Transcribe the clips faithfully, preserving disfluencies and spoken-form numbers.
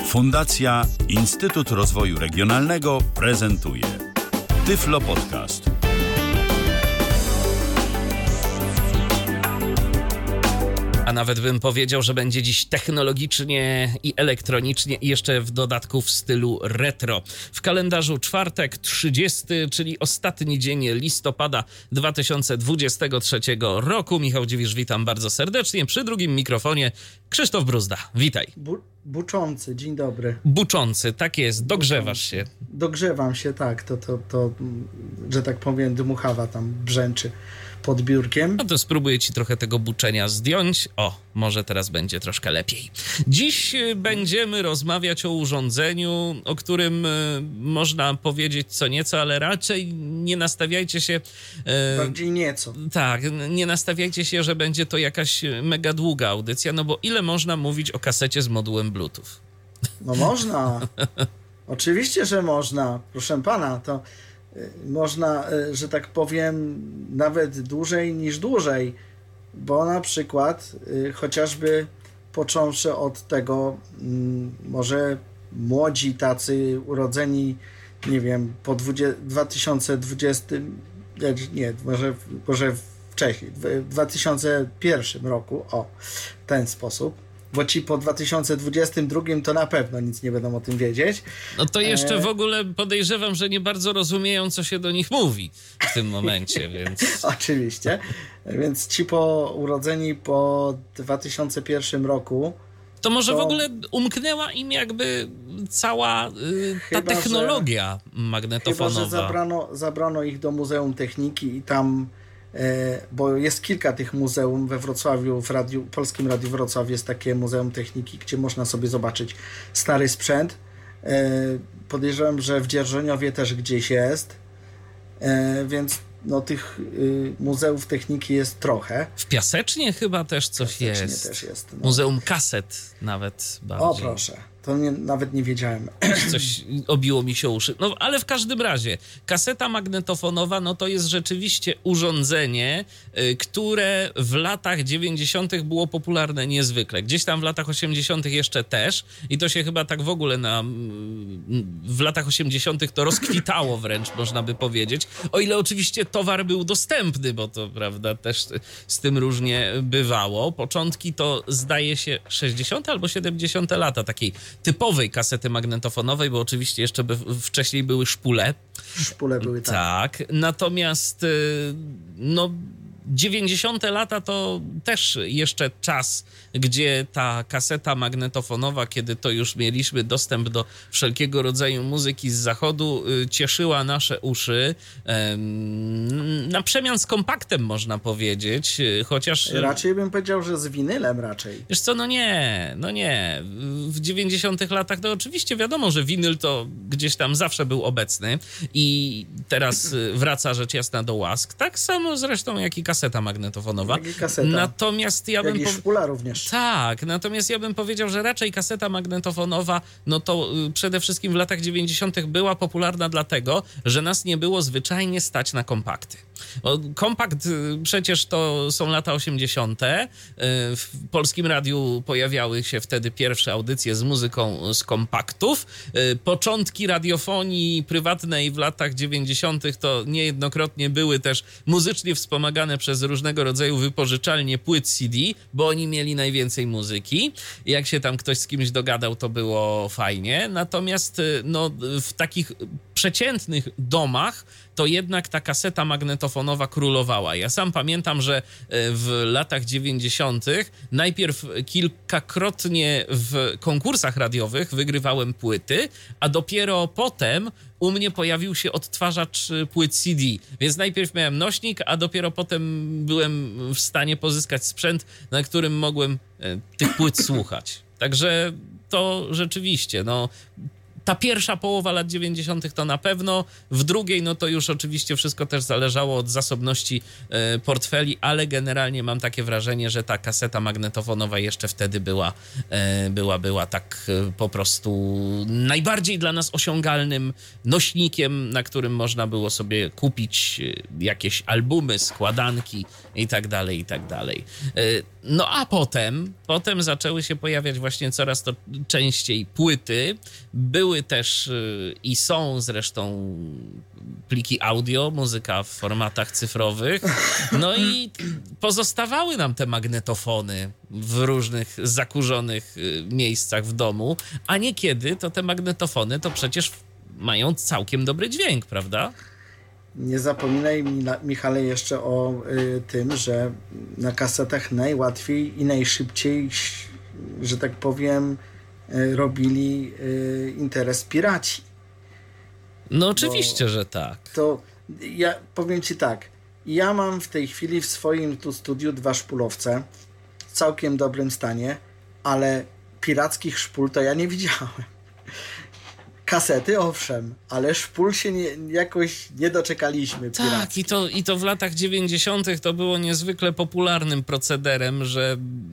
Fundacja Instytut Rozwoju Regionalnego prezentuje Tyflo Podcast. A nawet bym powiedział, że będzie dziś technologicznie i elektronicznie i jeszcze w dodatku w stylu retro. W kalendarzu czwartek trzydziesty, czyli ostatni dzień listopada dwa tysiące dwudziestego trzeciego roku. Michał Dziwisz, witam bardzo serdecznie. Przy drugim mikrofonie Krzysztof Bruzda. Witaj. Bu- buczący, dzień dobry. Buczący, tak jest. Dogrzewasz się. Dogrzewam się, tak. To, to, to, że tak powiem, dmuchawa tam brzęczy pod biurkiem. No to spróbuję ci trochę tego buczenia zdjąć. O, może teraz będzie troszkę lepiej. Dziś będziemy rozmawiać o urządzeniu, o którym y, można powiedzieć co nieco, ale raczej nie nastawiajcie się... Y, Bardziej nieco. Tak, nie nastawiajcie się, że będzie to jakaś mega długa audycja, no bo ile można mówić o kasecie z modułem Bluetooth? No można. Oczywiście, że można. Proszę pana, to można, że tak powiem, nawet dłużej niż dłużej, bo na przykład chociażby począwszy od tego, może młodzi tacy urodzeni, nie wiem, po dwa tysiące dwudziestym, nie, może, może wcześniej, w dwa tysiące pierwszym roku, o, w ten sposób. Bo ci po dwa tysiące dwudziestym drugim to na pewno nic nie będą o tym wiedzieć. No to jeszcze w ogóle podejrzewam, że nie bardzo rozumieją, co się do nich mówi w tym momencie, więc... Oczywiście. Więc ci po urodzeni po dwa tysiące pierwszym roku... To może to... w ogóle umknęła im jakby cała y, ta chyba, technologia że, magnetofonowa. Chyba, że zabrano, zabrano ich do Muzeum Techniki i tam... bo jest kilka tych muzeum we Wrocławiu, w radiu, Polskim Radiu Wrocław jest takie Muzeum Techniki, gdzie można sobie zobaczyć stary sprzęt. Podejrzewam, że w Dzierżoniowie też gdzieś jest, więc no, tych muzeów techniki jest trochę. W Piasecznie chyba też coś Piasecznie jest. Też jest no. Muzeum kaset nawet bardziej. O proszę. To nie, nawet nie wiedziałem. Coś obiło mi się uszy. No ale w każdym razie, kaseta magnetofonowa, no to jest rzeczywiście urządzenie, y, które w latach dziewięćdziesiątych było popularne niezwykle. Gdzieś tam w latach osiemdziesiątych jeszcze też i to się chyba tak w ogóle na, w latach osiemdziesiątych to rozkwitało wręcz, można by powiedzieć. O ile oczywiście towar był dostępny, bo to, prawda, też z tym różnie bywało. Początki to zdaje się sześćdziesiąte albo siedemdziesiąte lata takiej typowej kasety magnetofonowej, bo oczywiście jeszcze by wcześniej były szpule. Szpule były, tak. Tak, natomiast no dziewięćdziesiąte lata to też jeszcze czas, gdzie ta kaseta magnetofonowa, kiedy to już mieliśmy dostęp do wszelkiego rodzaju muzyki z zachodu, cieszyła nasze uszy. Na przemian z kompaktem, można powiedzieć, chociaż... Raczej bym powiedział, że z winylem raczej. Wiesz co, no nie, no nie. W dziewięćdziesiątych latach to oczywiście wiadomo, że winyl to gdzieś tam zawsze był obecny i teraz wraca rzecz jasna do łask. Tak samo zresztą jak i kaseta magnetofonowa. Jak i kaseta. Natomiast ja bym... Jak i szpula również. Tak, natomiast ja bym powiedział, że raczej kaseta magnetofonowa, no to przede wszystkim w latach dziewięćdziesiątych była popularna dlatego, że nas nie było zwyczajnie stać na kompakty. Kompakt przecież to są lata osiemdziesiąte. W Polskim Radiu pojawiały się wtedy pierwsze audycje z muzyką z kompaktów. Początki radiofonii prywatnej w latach dziewięćdziesiątych to niejednokrotnie były też muzycznie wspomagane przez różnego rodzaju wypożyczalnie płyt C D, bo oni mieli najwięcej muzyki. Jak się tam ktoś z kimś dogadał, to było fajnie. Natomiast no, w takich przeciętnych domach to jednak ta kaseta magnetofonowa królowała. Ja sam pamiętam, że w latach dziewięćdziesiątych najpierw kilkakrotnie w konkursach radiowych wygrywałem płyty, a dopiero potem u mnie pojawił się odtwarzacz płyt C D. Więc najpierw miałem nośnik, a dopiero potem byłem w stanie pozyskać sprzęt, na którym mogłem tych płyt słuchać. Także to rzeczywiście, no... Ta pierwsza połowa lat dziewięćdziesiątych to na pewno, w drugiej no to już oczywiście wszystko też zależało od zasobności e, portfeli, ale generalnie mam takie wrażenie, że ta kaseta magnetofonowa jeszcze wtedy była, e, była, była tak e, po prostu najbardziej dla nas osiągalnym nośnikiem, na którym można było sobie kupić jakieś albumy, składanki i tak dalej, i tak dalej. No a potem, potem zaczęły się pojawiać właśnie coraz to częściej płyty. Były też i są zresztą pliki audio, muzyka w formatach cyfrowych. No i pozostawały nam te magnetofony w różnych zakurzonych miejscach w domu, a niekiedy to te magnetofony to przecież mają całkiem dobry dźwięk, prawda? Nie zapominaj, Michale, jeszcze o y, tym, że na kasetach najłatwiej i najszybciej, że tak powiem, y, robili y, interes piraci. No oczywiście, Bo że tak. To ja powiem ci tak, ja mam w tej chwili w swoim tu studiu dwa szpulowce w całkiem dobrym stanie, ale pirackich szpul to ja nie widziałem. Kasety owszem, ale szpul się nie, jakoś nie doczekaliśmy. Tak, i to, i to w latach dziewięćdziesiątych to było niezwykle popularnym procederem, że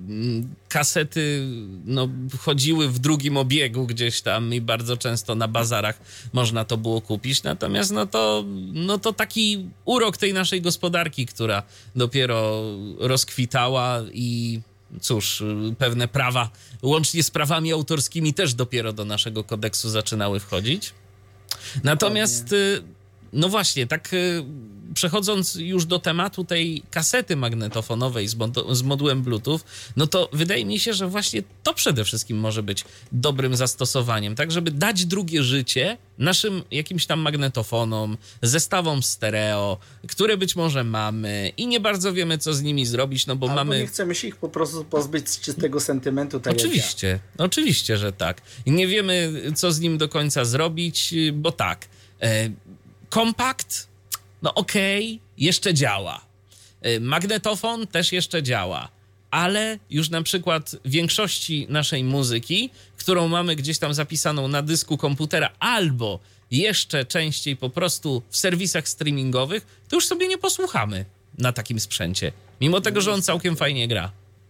kasety no, chodziły w drugim obiegu gdzieś tam i bardzo często na bazarach można to było kupić. Natomiast no to, no to taki urok tej naszej gospodarki, która dopiero rozkwitała i cóż, pewne prawa, łącznie z prawami autorskimi, też dopiero do naszego kodeksu zaczynały wchodzić. Natomiast, no właśnie, tak przechodząc już do tematu tej kasety magnetofonowej z, mod- z modułem Bluetooth, no to wydaje mi się, że właśnie to przede wszystkim może być dobrym zastosowaniem, tak żeby dać drugie życie naszym jakimś tam magnetofonom, zestawom stereo, które być może mamy i nie bardzo wiemy, co z nimi zrobić, no bo Albo mamy... nie chcemy się ich po prostu pozbyć z czystego sentymentu. Tak oczywiście, jak ja. oczywiście, że tak. I nie wiemy, co z nim do końca zrobić, bo tak, e, kompakt, no okej, okay, jeszcze działa. E, magnetofon też jeszcze działa. Ale już na przykład większości naszej muzyki, którą mamy gdzieś tam zapisaną na dysku komputera albo jeszcze częściej po prostu w serwisach streamingowych, to już sobie nie posłuchamy na takim sprzęcie. Mimo tego, że on całkiem fajnie gra.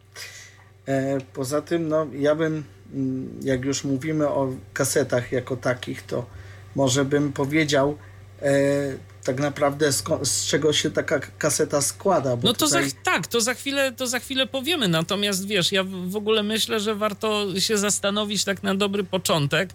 E, poza tym, no ja bym, jak już mówimy o kasetach jako takich, to może bym powiedział e, tak naprawdę z, z czego się taka kaseta składa. Bo no to tutaj... za, tak, to za, chwilę, to za chwilę powiemy, natomiast wiesz, ja w ogóle myślę, że warto się zastanowić tak na dobry początek,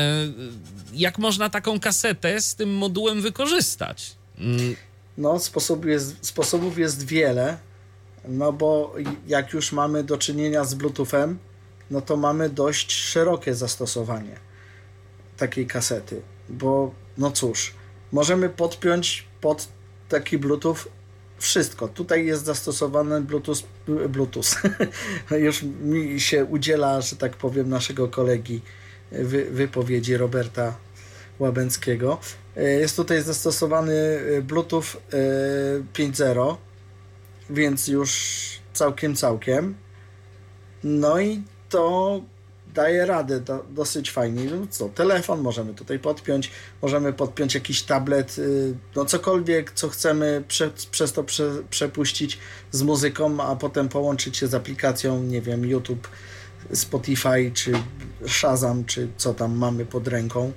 jak można taką kasetę z tym modułem wykorzystać. No sposobów jest, sposobów jest wiele, no bo jak już mamy do czynienia z Bluetoothem, no to mamy dość szerokie zastosowanie takiej kasety, bo no cóż, możemy podpiąć pod taki Bluetooth wszystko. Tutaj jest zastosowany Bluetooth, Bluetooth. Już mi się udziela, że tak powiem, naszego kolegi wy, wypowiedzi Roberta Łabęckiego. Jest tutaj zastosowany Bluetooth pięć zero, więc już całkiem, całkiem. No i to daje radę do, dosyć fajnie. No co, telefon możemy tutaj podpiąć, możemy podpiąć jakiś tablet, no cokolwiek, co chcemy prze, przez to prze, przepuścić z muzyką, a potem połączyć się z aplikacją, nie wiem, YouTube, Spotify, czy Shazam, czy co tam mamy pod ręką.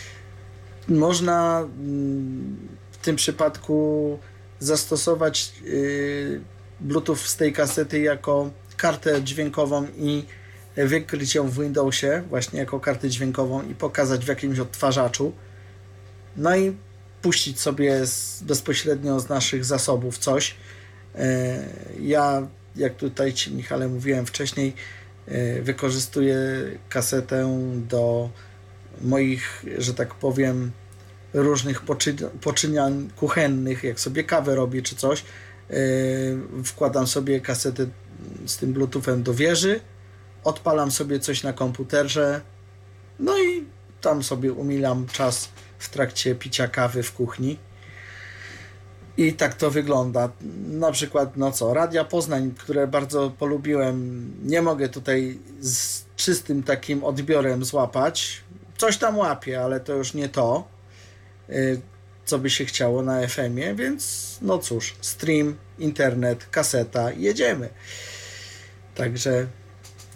Można w tym przypadku zastosować Bluetooth z tej kasety jako kartę dźwiękową i wykryć ją w Windowsie właśnie jako kartę dźwiękową i pokazać w jakimś odtwarzaczu, no i puścić sobie z, bezpośrednio z naszych zasobów coś. Ja, jak tutaj Ci, Michale, mówiłem wcześniej, wykorzystuję kasetę do moich, że tak powiem, różnych poczy- poczyniań kuchennych, jak sobie kawę robię czy coś, wkładam sobie kasetę z tym Bluetoothem do wieży, odpalam sobie coś na komputerze, no i tam sobie umilam czas w trakcie picia kawy w kuchni. I tak to wygląda. Na przykład, no co, Radia Poznań, które bardzo polubiłem, nie mogę tutaj z czystym takim odbiorem złapać. Coś tam łapię, ale to już nie to, co by się chciało na F M ie, więc no cóż, stream, internet, kaseta, jedziemy. Także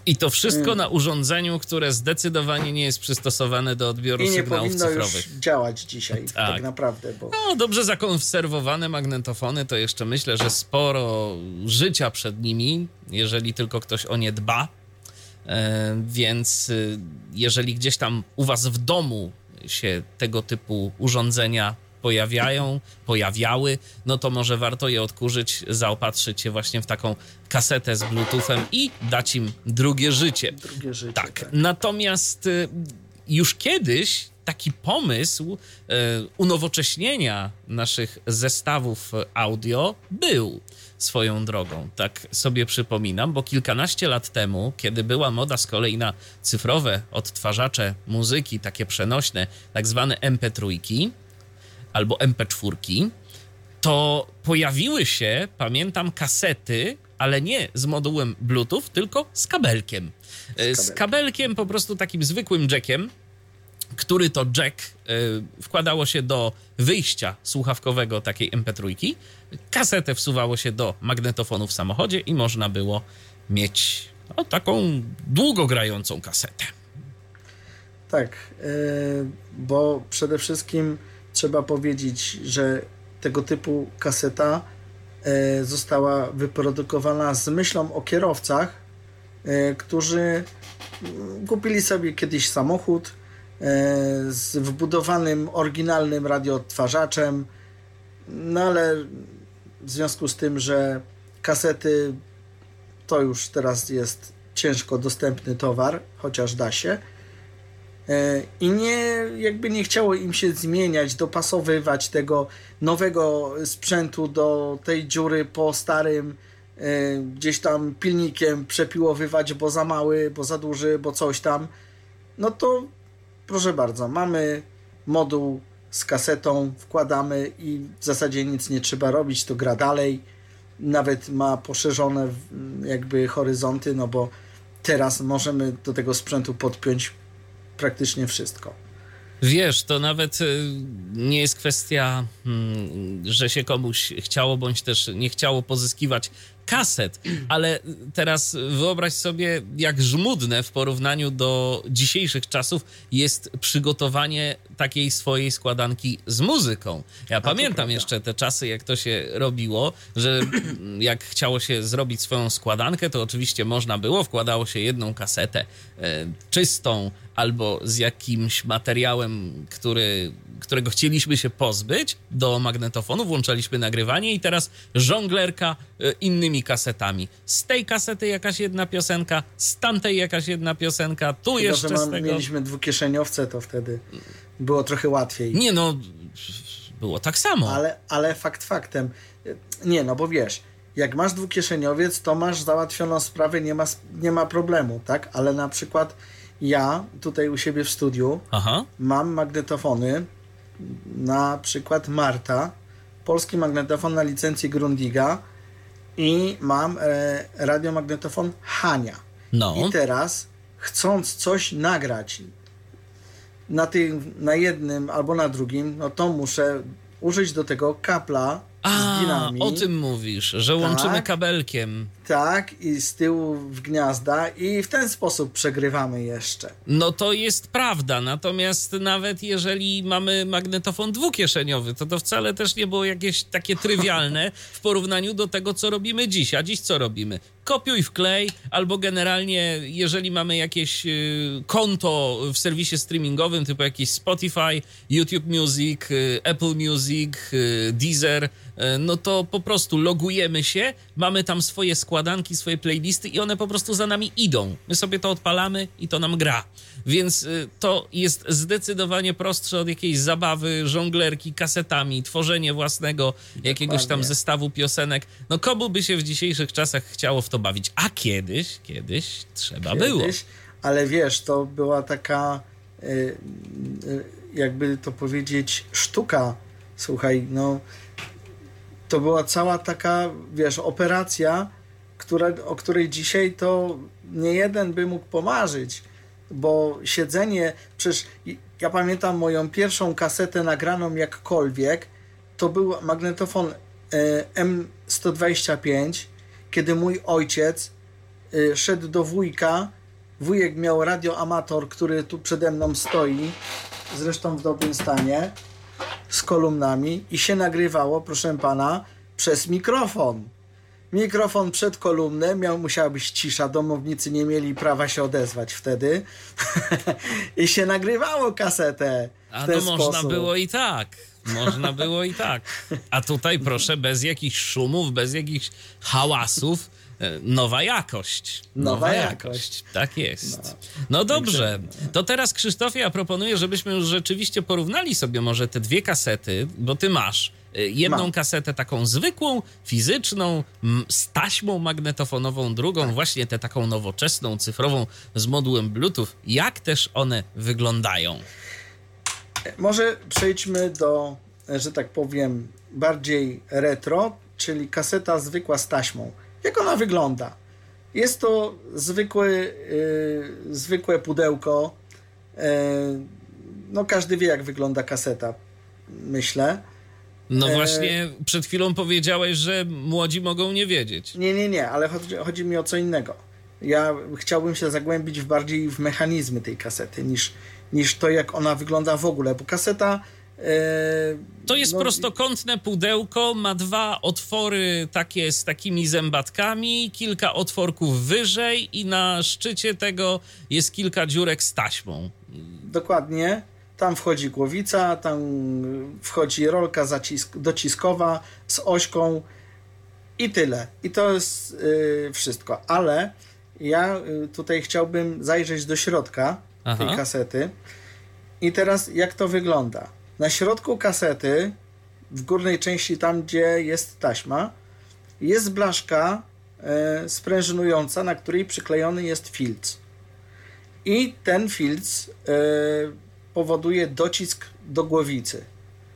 I to wszystko hmm. na urządzeniu, które zdecydowanie nie jest przystosowane do odbioru I nie sygnałów powinno cyfrowych. już działać dzisiaj, tak, tak naprawdę. Bo... No, dobrze zakonserwowane magnetofony, to jeszcze myślę, że sporo życia przed nimi, jeżeli tylko ktoś o nie dba. E, więc jeżeli gdzieś tam u was w domu się tego typu urządzenia pojawiają, pojawiały, no to może warto je odkurzyć, zaopatrzyć je właśnie w taką kasetę z bluetoothem i dać im drugie życie. Drugie życie, tak. tak. Natomiast już kiedyś taki pomysł e, unowocześnienia naszych zestawów audio był swoją drogą. Tak sobie przypominam, bo kilkanaście lat temu, kiedy była moda z kolei na cyfrowe odtwarzacze muzyki, takie przenośne, tak zwane em pe trzy albo em pe cztery, to pojawiły się, pamiętam, kasety, ale nie z modułem Bluetooth, tylko z kabelkiem. Z kabelkiem, z kabelkiem po prostu takim zwykłym jackiem, który to jack y, wkładało się do wyjścia słuchawkowego takiej em pe trzy, kasetę wsuwało się do magnetofonu w samochodzie i można było mieć no, taką długogrającą kasetę. Tak, y, bo przede wszystkim trzeba powiedzieć, że tego typu kaseta y, została wyprodukowana z myślą o kierowcach, y, którzy kupili sobie kiedyś samochód z wbudowanym, oryginalnym radioodtwarzaczem, no ale w związku z tym, że kasety to już teraz jest ciężko dostępny towar, chociaż da się, i nie, jakby nie chciało im się zmieniać, dopasowywać tego nowego sprzętu do tej dziury po starym, gdzieś tam pilnikiem przepiłowywać, bo za mały, bo za duży, bo coś tam, no to proszę bardzo, mamy moduł z kasetą, wkładamy i w zasadzie nic nie trzeba robić, to gra dalej. Nawet ma poszerzone jakby horyzonty, no bo teraz możemy do tego sprzętu podpiąć praktycznie wszystko. Wiesz, to nawet nie jest kwestia, że się komuś chciało bądź też nie chciało pozyskiwać kaset, ale teraz wyobraź sobie, jak żmudne w porównaniu do dzisiejszych czasów jest przygotowanie takiej swojej składanki z muzyką. Ja A pamiętam jeszcze te czasy, jak to się robiło, że jak chciało się zrobić swoją składankę, to oczywiście można było, wkładało się jedną kasetę e, czystą albo z jakimś materiałem, który, którego chcieliśmy się pozbyć do magnetofonu, włączaliśmy nagrywanie i teraz żonglerka e, innymi kasetami. Z tej kasety jakaś jedna piosenka, z tamtej jakaś jedna piosenka, tu Chyba, jeszcze że z tego... mieliśmy dwukieszeniowce, to wtedy było trochę łatwiej. Nie no, było tak samo. Ale, ale fakt faktem. Nie, no bo wiesz, jak masz dwukieszeniowiec, to masz załatwioną sprawę, nie ma, nie ma problemu, tak? Ale na przykład ja tutaj u siebie w studiu Aha. mam magnetofony, na przykład Marta, polski magnetofon na licencji Grundiga i mam e, radiomagnetofon Hania. No. I teraz, chcąc coś nagrać na, tym, na jednym albo na drugim, no to muszę użyć do tego kapla A, z dinami. O tym mówisz, że łączymy tak, kabelkiem. Tak, i z tyłu w gniazda i w ten sposób przegrywamy jeszcze. No to jest prawda, natomiast nawet jeżeli mamy magnetofon dwukieszeniowy, to to wcale też nie było jakieś takie trywialne w porównaniu do tego, co robimy dziś. A dziś co robimy? Kopiuj, wklej, albo generalnie, jeżeli mamy jakieś y, konto w serwisie streamingowym, typu jakiś Spotify, YouTube Music, y, Apple Music, y, Deezer, y, no to po prostu logujemy się, mamy tam swoje składanki, swoje playlisty i one po prostu za nami idą. My sobie to odpalamy i to nam gra. Więc y, to jest zdecydowanie prostsze od jakiejś zabawy, żonglerki, kasetami, tworzenie własnego Dokładnie. jakiegoś tam zestawu piosenek. No komu by się w dzisiejszych czasach chciało w to bawić? A kiedyś, kiedyś trzeba kiedyś, było. Ale wiesz, to była taka, y, y, jakby to powiedzieć, sztuka. Słuchaj, no to była cała taka, wiesz, operacja, która, o której dzisiaj to nie jeden by mógł pomarzyć, bo siedzenie, przecież ja pamiętam moją pierwszą kasetę nagraną jakkolwiek, to był magnetofon em sto dwadzieścia pięć, kiedy mój ojciec y, szedł do wujka. Wujek miał radioamator, który tu przede mną stoi, zresztą w dobrym stanie, z kolumnami i się nagrywało, proszę pana, przez mikrofon. Mikrofon przed kolumnę, miał, musiała być cisza, domownicy nie mieli prawa się odezwać wtedy i się nagrywało kasetę w A ten to sposób. można było i tak. Można było i tak. A tutaj proszę, bez jakichś szumów, bez jakichś hałasów, nowa jakość. Nowa, nowa jakość. jakość. Tak jest. No. No dobrze. To teraz, Krzysztofie, ja proponuję, żebyśmy już rzeczywiście porównali sobie może te dwie kasety, bo ty masz jedną Mam. kasetę taką zwykłą, fizyczną, m, z taśmą magnetofonową, drugą Tak. właśnie tę taką nowoczesną, cyfrową z modułem Bluetooth. Jak też one wyglądają? Może przejdźmy do, że tak powiem, bardziej retro, czyli kaseta zwykła z taśmą. Jak ona wygląda? Jest to zwykłe, yy, zwykłe pudełko. Yy, no każdy wie, jak wygląda kaseta, myślę. No E, właśnie, przed chwilą powiedziałeś, że młodzi mogą nie wiedzieć. Nie, nie, nie, ale chodzi, chodzi mi o co innego. Ja chciałbym się zagłębić w bardziej w mechanizmy tej kasety, niż, niż to, jak ona wygląda w ogóle, bo kaseta... Yy, To jest no, prostokątne pudełko, ma dwa otwory takie z takimi zębatkami, kilka otworków wyżej i na szczycie tego jest kilka dziurek z taśmą. Dokładnie. Tam wchodzi głowica, tam wchodzi rolka zacisk- dociskowa z ośką i tyle. I to jest yy, wszystko. Ale ja y, tutaj chciałbym zajrzeć do środka Aha. tej kasety. I teraz jak to wygląda? Na środku kasety, w górnej części, tam gdzie jest taśma, jest blaszka y, sprężynująca, na której przyklejony jest filc. I ten filc y, powoduje docisk do głowicy.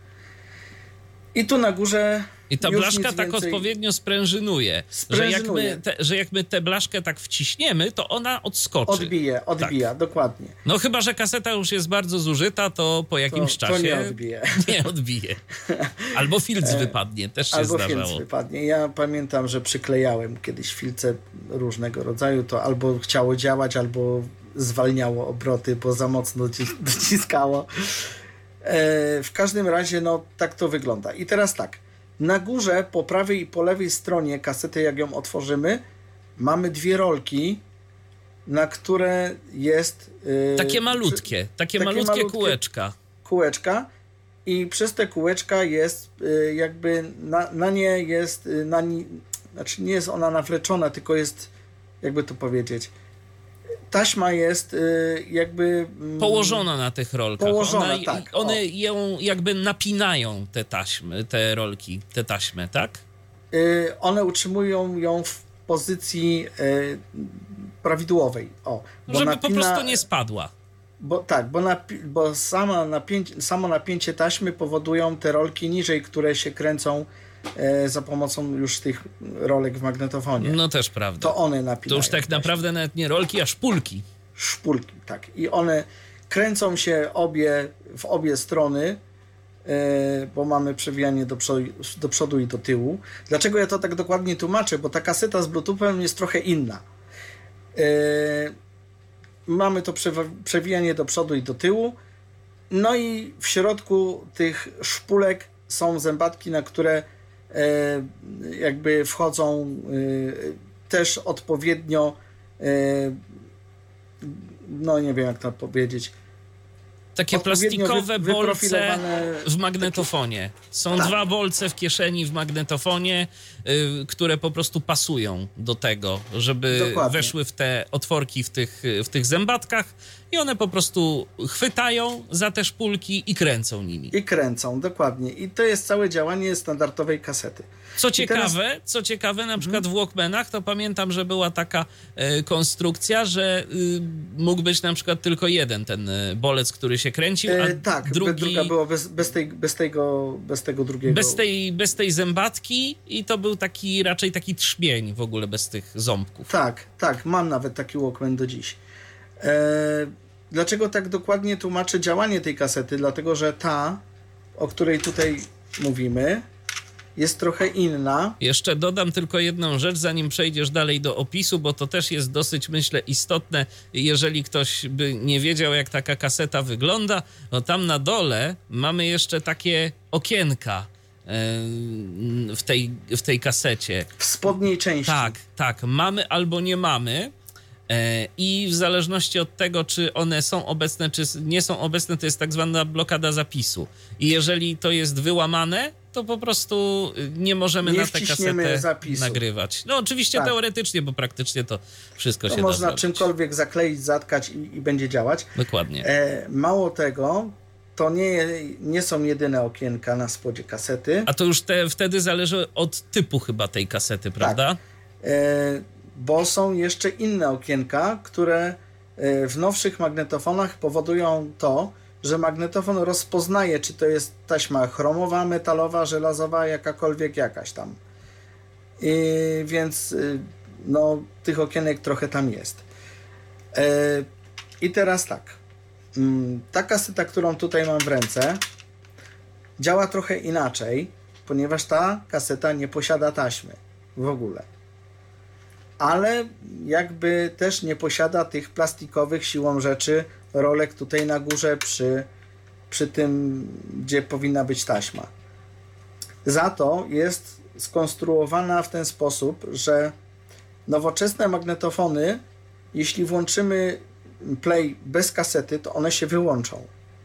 I tu na górze I ta już blaszka nic tak więcej... odpowiednio sprężynuje, Sprężynuje. Że, jak my te, że jak my tę blaszkę tak wciśniemy, to ona odskoczy. Odbije, odbija, Tak. dokładnie. No chyba, że kaseta już jest bardzo zużyta, to po jakimś To, czasie... to nie odbije. Nie odbije. Albo filc wypadnie, też się Albo zdarzało. filc wypadnie. Ja pamiętam, że przyklejałem kiedyś filce różnego rodzaju, to albo chciało działać, albo zwalniało obroty, bo za mocno doci- dociskało. E, w każdym razie, no tak to wygląda. I teraz tak, na górze, po prawej i po lewej stronie kasety, jak ją otworzymy, mamy dwie rolki, na które jest... e, Takie malutkie, takie, takie malutkie, malutkie kółeczka. kółeczka i przez te kółeczka jest y, jakby na, na nie jest y, na ni, znaczy nie jest ona nawleczona, tylko jest, jakby to powiedzieć, taśma jest y, jakby mm, Położona na tych rolkach. Położona, one, tak, One o. ją jakby napinają, te taśmy, te rolki, te taśmę, tak? y, one utrzymują ją w pozycji y, prawidłowej. O, bo Żeby napina- po prostu nie spadła. Bo tak, bo, napi- bo sama napięcie, samo napięcie taśmy powodują te rolki niżej, które się kręcą e, za pomocą już tych rolek w magnetofonie. No też prawda. To one napinają. To już tak taśmę. naprawdę nawet nie rolki, a szpulki. Szpulki, tak. I one kręcą się obie w obie strony, e, bo mamy przewijanie do przodu, do przodu i do tyłu. Dlaczego ja to tak dokładnie tłumaczę? Bo ta kaseta z Bluetoothem jest trochę inna. E, Mamy to przewijanie do przodu i do tyłu. No i w środku tych szpulek są zębatki, na które e, jakby wchodzą e, też odpowiednio, e, no nie wiem jak to powiedzieć, Takie odpowiednio plastikowe wy- bolce wyprofilowane w magnetofonie. Są Tak. dwa bolce w kieszeni w magnetofonie, y, które po prostu pasują do tego, żeby Dokładnie. weszły w te otworki w tych, w tych zębatkach i one po prostu chwytają za te szpulki i kręcą nimi. i kręcą, dokładnie. I to jest całe działanie standardowej kasety. Co I ciekawe, teraz- co ciekawe, na przykład w Walkmanach, to pamiętam, że była taka e, konstrukcja, że y, mógł być na przykład tylko jeden ten e, bolec, który się kręcił, a E, tak, drugi... druga była bez, bez, tej, bez, tego, bez tego drugiego. Bez tej, bez tej zębatki i to był taki raczej taki trzmień w ogóle bez tych ząbków. Tak, tak, mam nawet taki Walkman do dziś. E, dlaczego tak dokładnie tłumaczę działanie tej kasety? Dlatego, że ta, o której tutaj mówimy, jest trochę inna. Jeszcze dodam tylko jedną rzecz, zanim przejdziesz dalej do opisu, bo to też jest dosyć, myślę, istotne. Jeżeli ktoś by nie wiedział, jak taka kaseta wygląda, no tam na dole mamy jeszcze takie okienka w tej, w tej kasecie. W spodniej części. Tak, tak. Mamy albo nie mamy. I w zależności od tego, czy one są obecne, czy nie są obecne, to jest tak zwana blokada zapisu. I jeżeli to jest wyłamane, to po prostu nie możemy nie na tę kasetę zapisu. nagrywać. No oczywiście tak. Teoretycznie, bo praktycznie to wszystko to się można da zrobić. czymkolwiek zakleić, zatkać i, i będzie działać. Dokładnie. E, mało tego, to nie, nie są jedyne okienka na spodzie kasety. A to już te, wtedy zależy od typu chyba tej kasety, prawda? Tak. E, bo są jeszcze inne okienka, które w nowszych magnetofonach powodują to, że magnetofon rozpoznaje, czy to jest taśma chromowa, metalowa, żelazowa, jakakolwiek jakaś tam. I więc no, tych okienek trochę tam jest. I teraz tak. Ta kaseta, którą tutaj mam w ręce, działa trochę inaczej, ponieważ ta kaseta nie posiada taśmy w ogóle. Ale jakby też nie posiada tych plastikowych siłą rzeczy rolek tutaj na górze przy, przy tym, gdzie powinna być taśma. Za to jest skonstruowana w ten sposób, że nowoczesne magnetofony, jeśli włączymy play bez kasety, to one się wyłączą.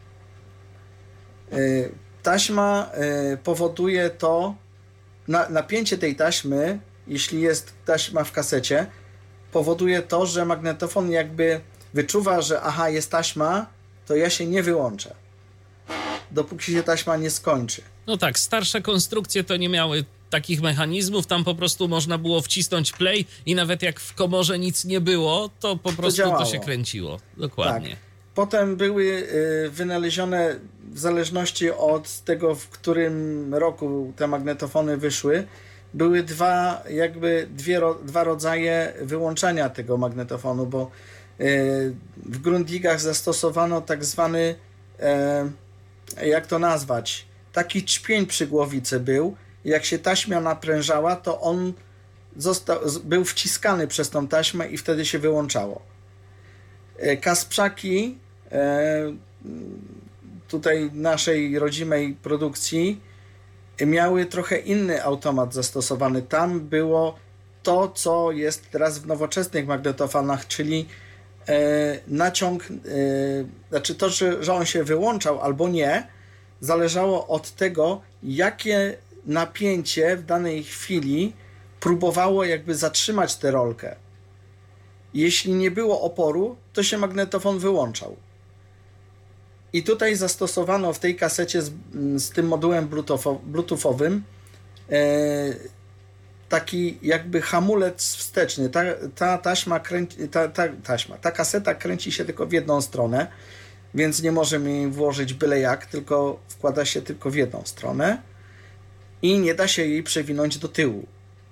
Taśma powoduje to, napięcie tej taśmy, jeśli jest taśma w kasecie, powoduje to, że magnetofon jakby wyczuwa, że aha, jest taśma, to ja się nie wyłączę, dopóki się taśma nie skończy. No tak, starsze konstrukcje to nie miały takich mechanizmów, tam po prostu można było wcisnąć play i nawet jak w komorze nic nie było, to po prostu to, to się kręciło. Dokładnie. Tak. Potem były y, wynalezione, w zależności od tego, w którym roku te magnetofony wyszły, były dwa, jakby dwie, dwa rodzaje wyłączania tego magnetofonu, bo y, w Grundigach zastosowano tak zwany, y, jak to nazwać, taki czpień przy głowicy był. Jak się taśma naprężała, to on został, był wciskany przez tą taśmę i wtedy się wyłączało. Kasprzaki tutaj naszej rodzimej produkcji miały trochę inny automat zastosowany. Tam było to, co jest teraz w nowoczesnych magnetofonach, czyli naciąg, znaczy to, że on się wyłączał albo nie, zależało od tego, jakie napięcie w danej chwili próbowało jakby zatrzymać tę rolkę. Jeśli nie było oporu, to się magnetofon wyłączał. I tutaj zastosowano w tej kasecie z, z tym modułem bluetoothowym e, taki jakby hamulec wsteczny. Ta, ta taśma kręci, ta, ta, taśma, ta kaseta kręci się tylko w jedną stronę, więc nie możemy jej włożyć byle jak, tylko wkłada się tylko w jedną stronę i nie da się jej przewinąć do tyłu.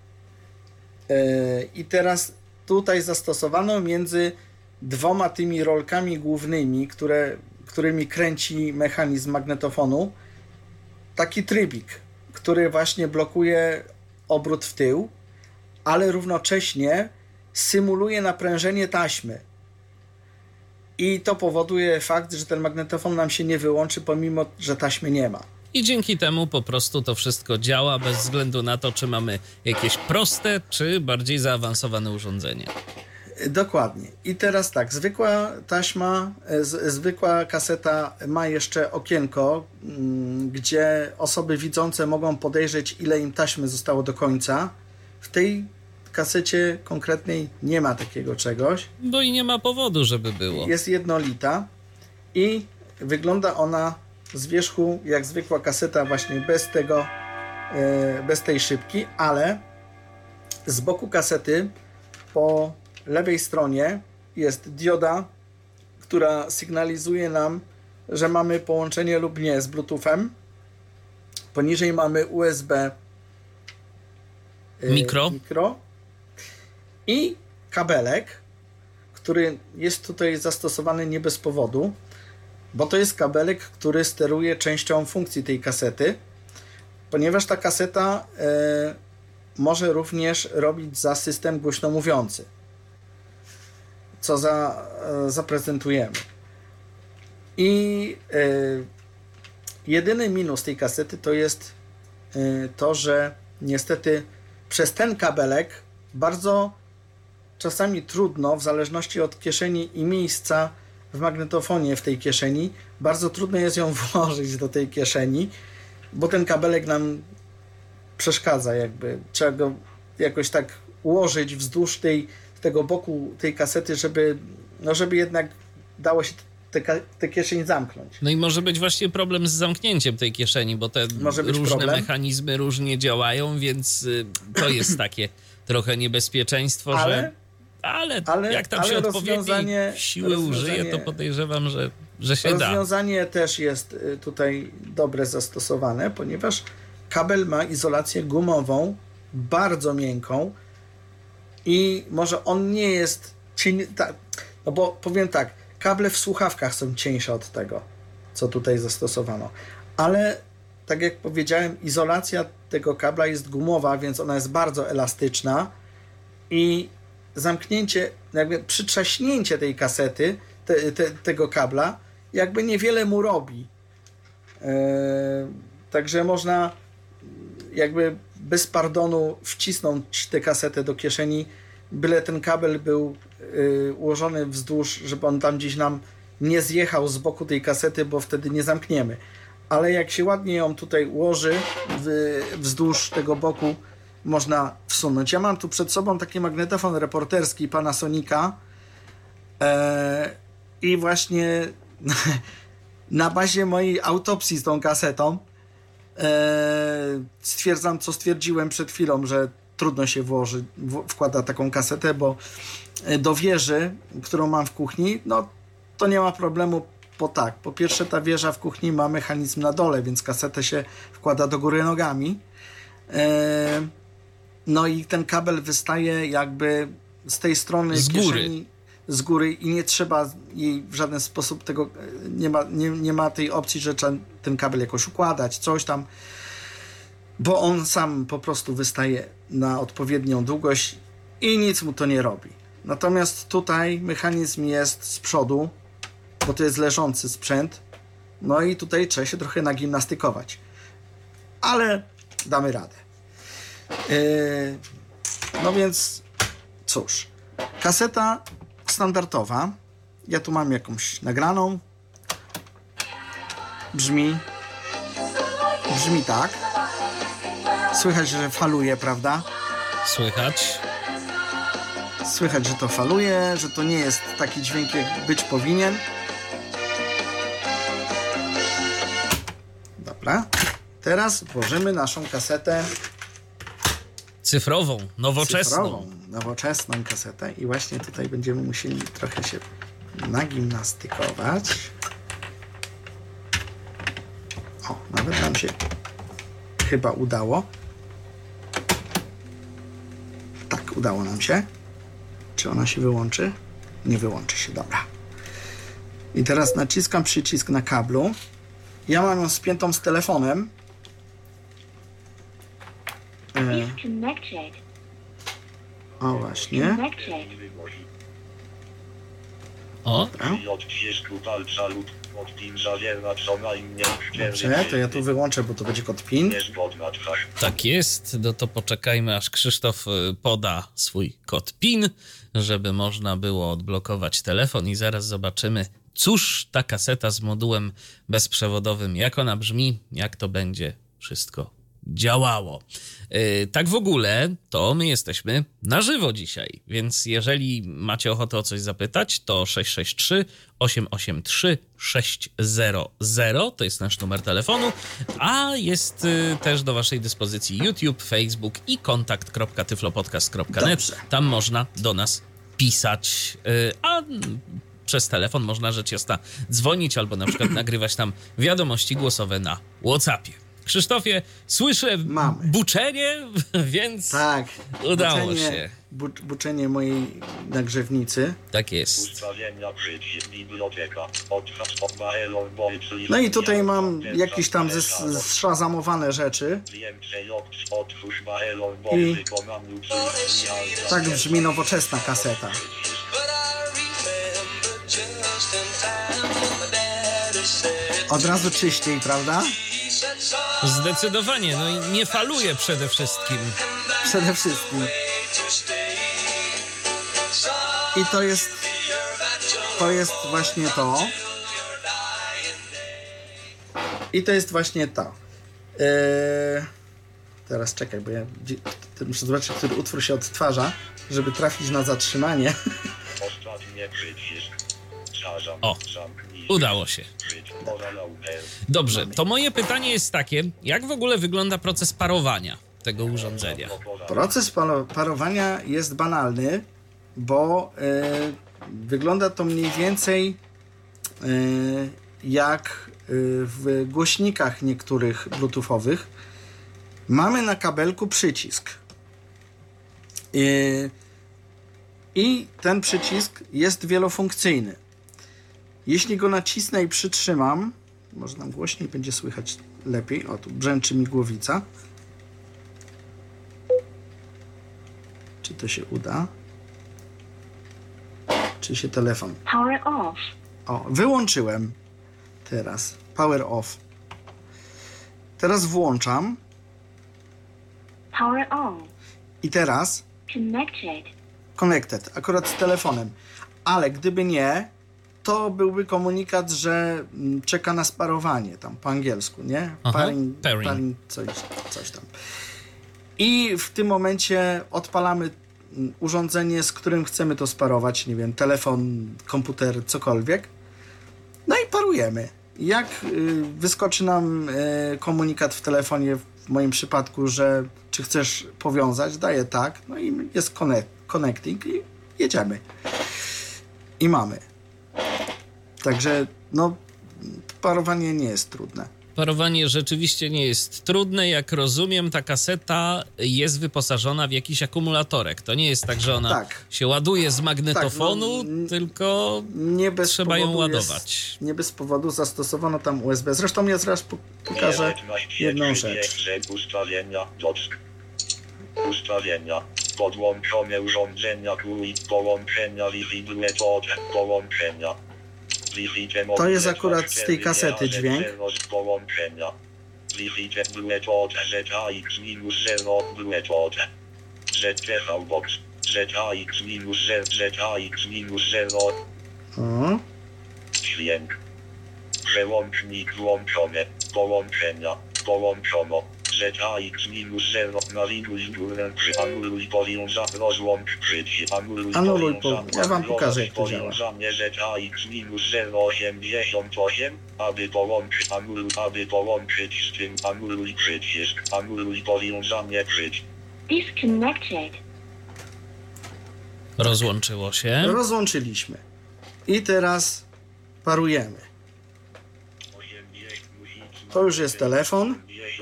Yy, I teraz tutaj zastosowano między dwoma tymi rolkami głównymi, które, którymi kręci mechanizm magnetofonu, taki trybik, który właśnie blokuje obrót w tył, ale równocześnie symuluje naprężenie taśmy. I to powoduje fakt, że ten magnetofon nam się nie wyłączy, pomimo że taśmy nie ma. I dzięki temu po prostu to wszystko działa bez względu na to, czy mamy jakieś proste, czy bardziej zaawansowane urządzenie. Dokładnie. I teraz tak, zwykła taśma, z, zwykła kaseta ma jeszcze okienko, m, gdzie osoby widzące mogą podejrzeć, ile im taśmy zostało do końca. W tej kasecie konkretnej nie ma takiego czegoś. Bo i nie ma powodu, żeby było. Jest jednolita i wygląda ona z wierzchu jak zwykła kaseta, właśnie bez tego, bez tej szybki, ale z boku kasety po lewej stronie jest dioda, która sygnalizuje nam, że mamy połączenie lub nie z Bluetoothem. Poniżej mamy U S B mikro, mikro i kabelek, który jest tutaj zastosowany nie bez powodu, bo to jest kabelek, który steruje częścią funkcji tej kasety. ponieważ ta kaseta e, może również robić za system głośno mówiący, co za, e, zaprezentujemy. I e, jedyny minus tej kasety to jest e, to, że niestety przez ten kabelek bardzo czasami trudno, w zależności od kieszeni i miejsca w magnetofonie w tej kieszeni, bardzo trudno jest ją włożyć do tej kieszeni, bo ten kabelek nam przeszkadza jakby. Trzeba go jakoś tak ułożyć wzdłuż tej, tego boku tej kasety, żeby, no żeby jednak dało się tę kieszeń zamknąć. No i może być właśnie problem z zamknięciem tej kieszeni, bo te różne problem. mechanizmy różnie działają, więc to jest takie trochę niebezpieczeństwo, ale, że ale, ale jak tam ale się odpowiedniej siły użyje, to podejrzewam, że, że się da. Rozwiązanie też jest tutaj dobre zastosowane, ponieważ kabel ma izolację gumową, bardzo miękką i może on nie jest cien... no bo powiem tak, kable w słuchawkach są cieńsze od tego, co tutaj zastosowano, ale tak jak powiedziałem, izolacja tego kabla jest gumowa, więc ona jest bardzo elastyczna i zamknięcie, jakby przytrzaśnięcie tej kasety, te, te, tego kabla, jakby niewiele mu robi. Yy, także można jakby bez pardonu wcisnąć tę kasetę do kieszeni, byle ten kabel był yy, ułożony wzdłuż, żeby on tam gdzieś nam nie zjechał z boku tej kasety, bo wtedy nie zamkniemy. Ale jak się ładnie ją tutaj ułoży w, wzdłuż tego boku, można wsunąć. Ja mam tu przed sobą taki magnetofon reporterski Panasonica e, i właśnie na bazie mojej autopsji z tą kasetą e, stwierdzam, co stwierdziłem przed chwilą, że trudno się włoży, w, wkłada taką kasetę, bo do wieży, którą mam w kuchni, no to nie ma problemu, bo tak, po pierwsze ta wieża w kuchni ma mechanizm na dole, więc kasetę się wkłada do góry nogami. E, No i ten kabel wystaje jakby z tej strony z góry. kieszeni, z góry i nie trzeba jej w żaden sposób tego, nie ma, nie, nie ma tej opcji, że trzeba ten kabel jakoś układać, coś tam, bo on sam po prostu wystaje na odpowiednią długość i nic mu to nie robi. Natomiast tutaj mechanizm jest z przodu, bo to jest leżący sprzęt, no i tutaj trzeba się trochę nagimnastykować. Ale damy radę. Yy, no więc cóż, kaseta standardowa, ja tu mam jakąś nagraną, brzmi brzmi tak, słychać, że faluje, prawda? Słychać. Słychać, że to faluje, że to nie jest taki dźwięk, jak być powinien. Dobra, teraz włożymy naszą kasetę Cyfrową, nowoczesną. Cyfrową, nowoczesną kasetę i właśnie tutaj będziemy musieli trochę się nagimnastykować. O, nawet nam się chyba udało. Tak, udało nam się. Czy ona się wyłączy? Nie wyłączy się, dobra. I teraz naciskam przycisk na kablu. Ja mam ją spiętą z telefonem. Disconnected. O, właśnie. O, Dobrze, to ja tu wyłączę, bo to będzie kod PIN. tak jest. No to poczekajmy, aż Krzysztof poda swój kod PIN, żeby można było odblokować telefon i zaraz zobaczymy, cóż ta kaseta z modułem bezprzewodowym, jak ona brzmi, jak to będzie wszystko działało. Yy, tak w ogóle, to my jesteśmy na żywo dzisiaj, więc jeżeli macie ochotę o coś zapytać, to sześć sześć trzy, osiem osiem trzy, sześć zero zero, to jest nasz numer telefonu, a jest yy, też do waszej dyspozycji YouTube, Facebook i kontakt kropka tyflopodcast kropka net. Tam można do nas pisać, yy, a przez telefon można rzecz jasna dzwonić albo na przykład nagrywać tam wiadomości głosowe na WhatsAppie. Krzysztofie, słyszę Mamy. buczenie, więc Tak, udało buczenie, się. bu- buczenie mojej nagrzewnicy. Tak jest. Ustawienia przycisk biblioteka. Otwórz Baelor Bolt. No i tutaj mam jakieś tam zes- zszazamowane rzeczy. Otwórz Baelor Bolt. I tak brzmi nowoczesna kaseta. Od razu czyściej, prawda? Zdecydowanie, no i nie faluje przede wszystkim. Przede wszystkim. I to jest to jest właśnie to. I to jest właśnie to. Eee, teraz czekaj, bo ja muszę zobaczyć, który utwór się odtwarza, żeby trafić na zatrzymanie. Ostatnie przycisk. O, udało się. Dobrze, to moje pytanie jest takie, jak w ogóle wygląda proces parowania tego urządzenia? Proces palo- parowania jest banalny, bo e, wygląda to mniej więcej e, jak e, w głośnikach niektórych bluetoothowych. Mamy na kabelku przycisk. E, I ten przycisk jest wielofunkcyjny. Jeśli go nacisnę i przytrzymam, może nam głośniej będzie słychać lepiej. O, tu brzęczy mi głowica. Czy to się uda? Czy się telefon... Power off. O, wyłączyłem. Teraz. Power off. Teraz włączam. Power on. I teraz Connected. connected. Akurat z telefonem. Ale gdyby nie, to byłby komunikat, że mm, czeka na sparowanie. Tam po angielsku, nie? Aha, Pairing, pairing. pairing coś, coś tam. I w tym momencie odpalamy mm, urządzenie, z którym chcemy to sparować. Nie wiem, telefon, komputer, cokolwiek. No i parujemy. Jak y, wyskoczy nam y, komunikat w telefonie, w moim przypadku, że czy chcesz powiązać, daję tak, no i jest connect, connecting i jedziemy. I mamy. Także no, parowanie nie jest trudne. Parowanie rzeczywiście nie jest trudne. Jak rozumiem, ta kaseta jest wyposażona w jakiś akumulatorek. To nie jest tak, że ona Tak. się ładuje z magnetofonu, Tak, no, tylko Nie bez trzeba ją powodu ładować. Jest, nie bez powodu zastosowano tam U S B. Zresztą ja zaraz po- pokażę jedną rzecz. Ustawienia. Dock. Ustawienia. Podłączone urządzenia. Fluid. Połączenia. Wi-Fi. Bluetooth. Połączenia. To jest akurat z tej kasety dźwięk. Połączenia. Wi-Fi. Bluetooth. Z A X zero. Bluetooth. Z T V Box. Z A X zero. Z A X zero. O, Dźwięk. Przełącznik włączone. Połączenia. Połączono. Z A X zero. Nawiguj górę. Anuluj powiązanie. Rozłącz przycisk. Anuluj Anuluj po- powiązanie. ja wam pokażę, jak to działa. Powiązanie Z A X zero osiemdziesiąt osiem. Aby połączyć. Anuluj. Aby połączyć z tym. Anuluj przycisk. Anuluj powiązanie przycisk. Disconnected. Rozłączyło się. rozłączyliśmy. I teraz parujemy. To już jest telefon.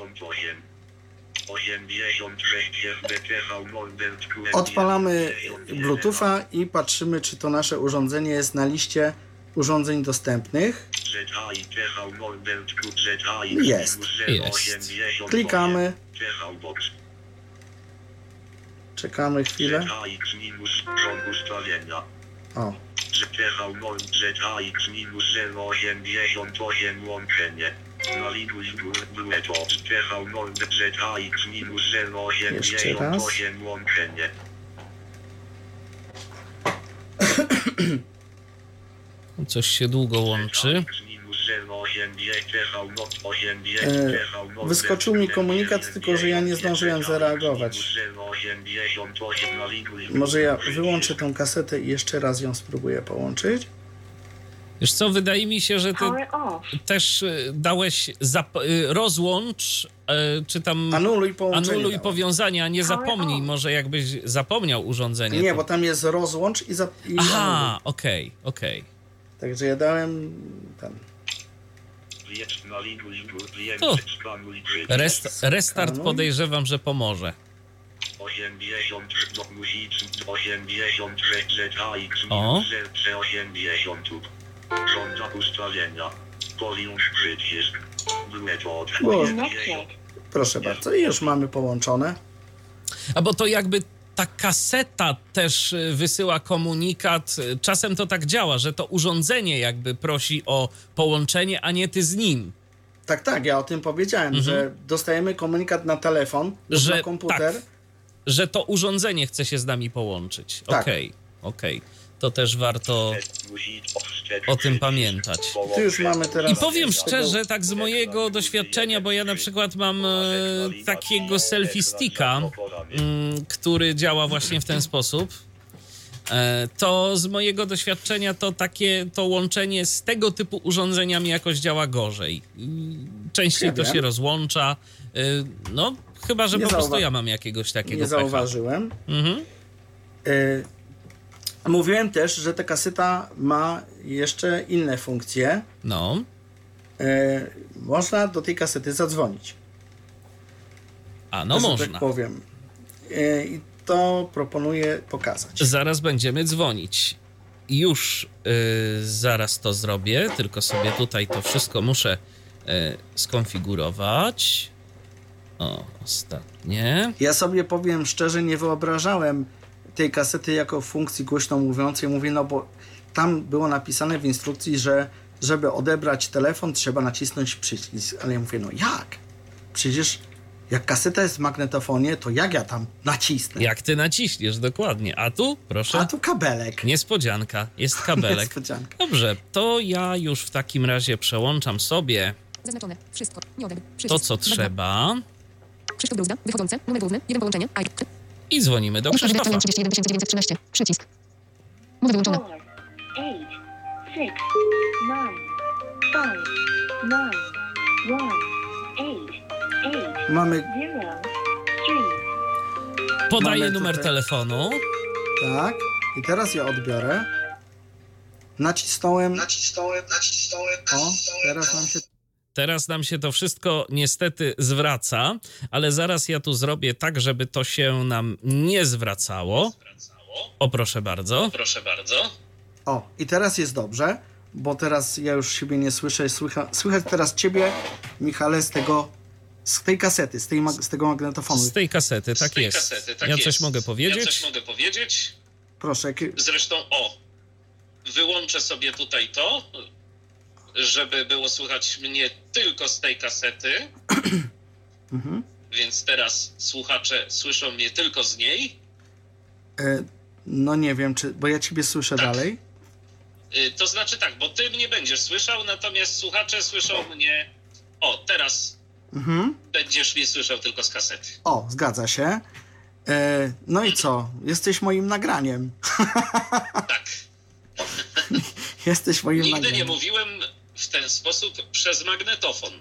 Odpalamy Bluetootha i patrzymy, czy to nasze urządzenie jest na liście urządzeń dostępnych. Jest. Jest. Klikamy. Czekamy chwilę. O, Z A X zero osiemdziesiąt osiem łączenie. Nawiguj Bluetooth. Z A X zero osiemdziesiąt osiem łączenie. Coś się długo łączy. E, wyskoczył mi komunikat, tylko że ja nie zdążyłem zareagować. Może ja wyłączę tą kasetę i jeszcze raz ją spróbuję połączyć. Wiesz co, wydaje mi się, że ty Power off. też y, dałeś zap- y, rozłącz, y, czy tam Anuluj połączenie. anuluj dałem. powiązania, nie zapomnij, może jakbyś zapomniał urządzenie. Nie, to... bo tam jest rozłącz i, za, i anuluj. Aha, okej, okej. Także ja dałem ten. To Rest, restart Skanuj. podejrzewam, że pomoże. osiemdziesiąt do muzyczny osiemdziesiąt Z A X O. Z osiemdziesiąt. Żąda ustalenia. Połącz przycisk. Bluetooth Było. osiemdziesiąt. Proszę bardzo, i już mamy połączone. A bo to jakby ta kaseta też y, wysyła komunikat. Y, Czasem to tak działa, że to urządzenie jakby prosi o połączenie, a nie ty z nim. Tak, tak, ja o tym powiedziałem, Mhm. że dostajemy komunikat na telefon, lub Że na komputer. tak. Że to urządzenie chce się z nami połączyć. Tak. Okej, okej. To też warto o tym pamiętać. Tu już mamy teraz... I powiem szczerze, tak z mojego doświadczenia, bo ja na przykład mam e, takiego selfie sticka, mm, który działa właśnie w ten sposób. E, to z mojego doświadczenia to takie to łączenie z tego typu urządzeniami jakoś działa gorzej. Mm, Częściej Ja to wiem. się rozłącza. E, no, chyba że Nie po prostu zauwa- ja mam jakiegoś takiego Nie pecha. zauważyłem. Mhm. Y, Mówiłem też, że ta kaseta ma jeszcze inne funkcje. No, Y, Można do tej kasety zadzwonić. a no że można. Tak powiem. Y, I to proponuję pokazać. Zaraz będziemy dzwonić. Już y, zaraz to zrobię, tylko sobie tutaj to wszystko muszę y, skonfigurować. O, ostatnie. Ja sobie powiem szczerze, nie wyobrażałem tej kasety jako funkcji głośno mówiącej. Mówię, no bo tam było napisane w instrukcji, że żeby odebrać telefon, trzeba nacisnąć przycisk. Ale ja mówię, no jak? Przecież jak kaseta jest w magnetofonie, to jak ja tam nacisnę? Jak ty naciśniesz, dokładnie. A tu, proszę, A tu kabelek. niespodzianka, jest kabelek. Niespodzianka. Dobrze, to ja już w takim razie przełączam sobie Zaznaczone. Wszystko. Nie odebrać. to, Przycisk. co trzeba Krzysztof Bruzda. Wychodzące. Numer główny. Jeden połączenie. I. i dzwonimy do Ustawienia Krzysztofa. trzydzieści jeden tysięcy dziewięćset trzynaście. Przycisk. Mowa wyłączona. Four, eight, six, nine, five, nine, one, eight, eight, Mamy, zero, three. Podaję Mamy numer tutaj- telefonu. tak, i teraz ja odbiorę. Nacisnąłem, Nacisnąłem, nacisnąłem, o, nacisnąłem. teraz nam się Teraz nam się to wszystko niestety zwraca, ale zaraz ja tu zrobię tak, żeby to się nam nie zwracało. O, proszę bardzo. Proszę bardzo. O, i teraz jest dobrze, bo teraz ja już siebie nie słyszę. Słycha, słychać teraz ciebie, Michale, z tego, z tej kasety, z, tej, mag- z tego magnetofonu. Z tej kasety, tak Z tej jest. kasety, tak ja jest. coś mogę powiedzieć? Ja coś mogę powiedzieć. Proszę, jakie- Zresztą, o, wyłączę sobie tutaj to, żeby było słychać mnie tylko z tej kasety. mhm. Więc teraz słuchacze słyszą mnie tylko z niej. e, no nie wiem, czy, bo ja ciebie słyszę Tak. dalej. Y, To znaczy tak, bo ty mnie będziesz słyszał, natomiast słuchacze słyszą mnie... O, teraz Mhm. będziesz mnie słyszał tylko z kasety. O, zgadza się. E, no i co? Jesteś moim nagraniem. Tak. Jesteś moim Nigdy nagraniem. nie mówiłem w ten sposób przez magnetofon.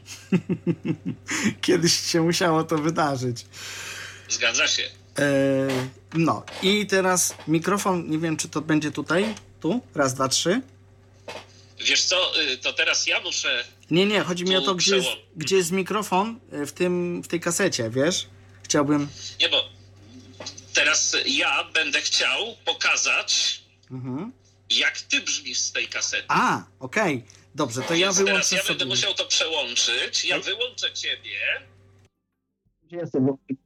Kiedyś się musiało to wydarzyć. Zgadza się. E, no i teraz mikrofon, nie wiem, czy to będzie tutaj, tu, raz, dwa, trzy. Wiesz co, y, to teraz ja muszę... Nie, nie, chodzi mi o to, Tu gdzie jest, przełom. gdzie jest mikrofon e, w, tym, w tej kasecie, wiesz? Chciałbym... Nie, bo teraz ja będę chciał pokazać, Mhm. jak ty brzmisz z tej kasety. A, okej, dobrze, to ja Więc teraz wyłączę ja sobie... będę musiał to przełączyć. Ja wyłączę ciebie. Gdzie jestem?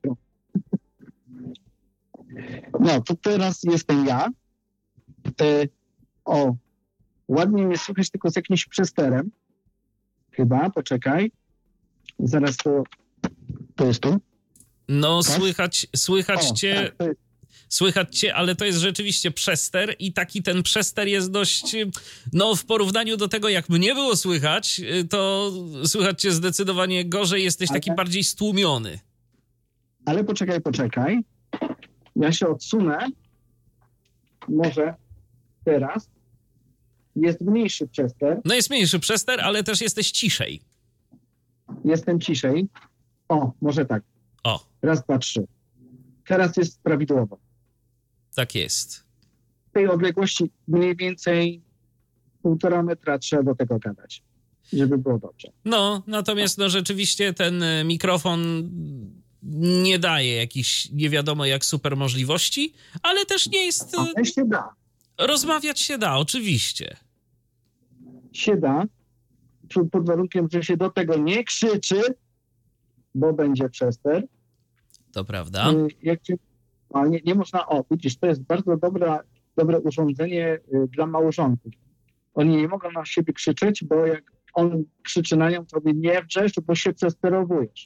No, to teraz jestem ja. E, o, ładnie mnie słychać tylko z jakimś przesterem. Chyba, poczekaj. Zaraz to... To jest tu? No, Tak? słychać, słychać O, cię, tak, to jest, słychać cię, ale to jest rzeczywiście przester i taki ten przester jest dość, no w porównaniu do tego, jak mnie było słychać, to słychać cię zdecydowanie gorzej, jesteś taki Ale- bardziej stłumiony. ale poczekaj, poczekaj. Ja się odsunę. Może teraz. Jest mniejszy przester. No jest mniejszy przester, ale też jesteś ciszej. Jestem ciszej. O, może tak. O, Raz, dwa, trzy. Teraz jest prawidłowo. tak jest. W tej odległości mniej więcej półtora metra trzeba do tego gadać, żeby było dobrze. No, natomiast no rzeczywiście ten e, mikrofon nie daje jakichś nie wiadomo jak super możliwości, ale też nie jest... Ale się da. Rozmawiać się da, oczywiście. Się da, pod warunkiem, że się do tego nie krzyczy, bo będzie przester. To prawda. Jak się, a nie, nie można, o widzisz, to jest bardzo dobra, dobre urządzenie dla małżonków. Oni nie mogą na siebie krzyczeć, bo jak on krzyczy na nią, to ty nie wrzesz, bo się przesterowujesz.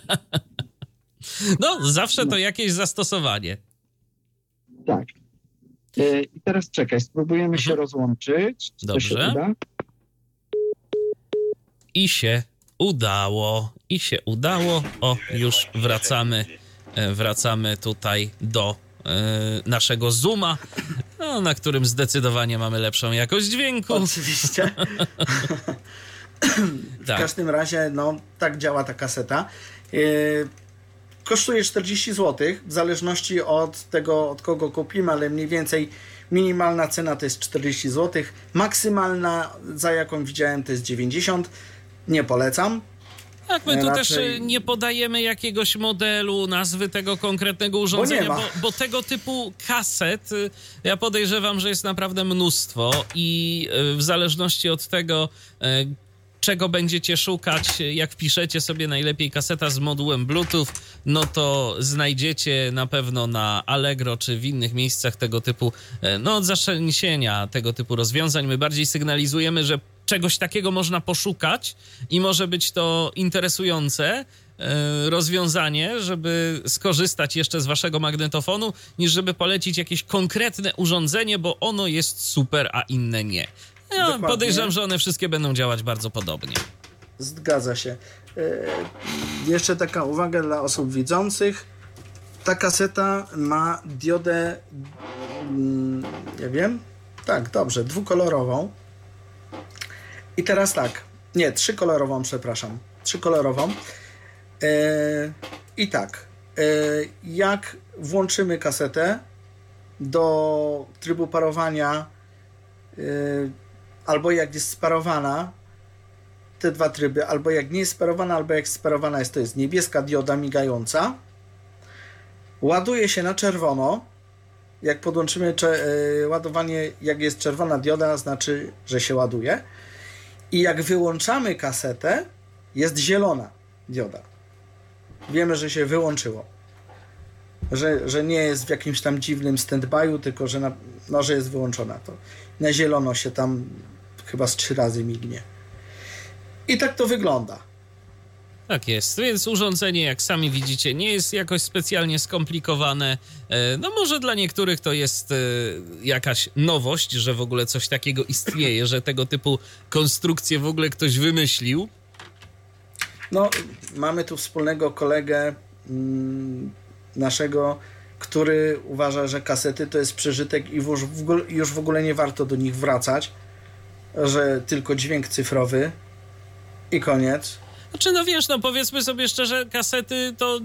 No, zawsze to jakieś zastosowanie. Tak. I teraz czekaj, spróbujemy mhm. się rozłączyć. Czy Dobrze. To się uda? I się udało. I się udało. O, już wracamy. Wracamy tutaj do y, naszego Zooma, no, na którym zdecydowanie mamy lepszą jakość dźwięku. Oczywiście. W tak. każdym razie, no, tak działa ta kaseta. Yy, kosztuje czterdzieści złotych, w zależności od tego, od kogo kupimy, ale mniej więcej minimalna cena to jest czterdzieści złotych, maksymalna, za jaką widziałem, to jest dziewięćdziesiąt. Nie polecam. Tak, my tu Raczej... też nie podajemy jakiegoś modelu, nazwy tego konkretnego urządzenia, bo, bo, bo tego typu kaset ja podejrzewam, że jest naprawdę mnóstwo i w zależności od tego, czego będziecie szukać, jak wpiszecie sobie najlepiej kaseta z modułem Bluetooth, no to znajdziecie na pewno na Allegro czy w innych miejscach tego typu, no od zaszczęśnienia tego typu rozwiązań. My bardziej sygnalizujemy, że czegoś takiego można poszukać i może być to interesujące rozwiązanie, żeby skorzystać jeszcze z waszego magnetofonu, niż żeby polecić jakieś konkretne urządzenie, bo ono jest super, a inne nie. Ja podejrzewam, że one wszystkie będą działać bardzo podobnie. Zgadza się. Yy, jeszcze taka uwaga dla osób widzących. Ta kaseta ma diodę, yy, ja wiem, tak, dobrze, dwukolorową. I teraz tak, nie, trzykolorową, przepraszam, trzykolorową. Yy, I tak, yy, jak włączymy kasetę do trybu parowania, yy, albo jak jest sparowana, te dwa tryby, albo jak nie jest sparowana, albo jak sparowana jest, to jest niebieska dioda migająca. Ładuje się na czerwono. Jak podłączymy cze- yy, ładowanie, jak jest czerwona dioda, znaczy, że się ładuje. I jak wyłączamy kasetę, jest zielona dioda. Wiemy, że się wyłączyło. Że, że nie jest w jakimś tam dziwnym stand-by'u, tylko że, na, no, że jest wyłączona. To na zielono się tam chyba z trzy razy mignie. I tak to wygląda. Tak jest, więc urządzenie, jak sami widzicie, nie jest jakoś specjalnie skomplikowane. No może dla niektórych to jest jakaś nowość, że w ogóle coś takiego istnieje, że tego typu konstrukcje w ogóle ktoś wymyślił. No, mamy tu wspólnego kolegę mm, naszego, który uważa, że kasety to jest przeżytek i już w, ogóle, już w ogóle nie warto do nich wracać, że tylko dźwięk cyfrowy i koniec. Znaczy, no wiesz, no powiedzmy sobie szczerze, kasety to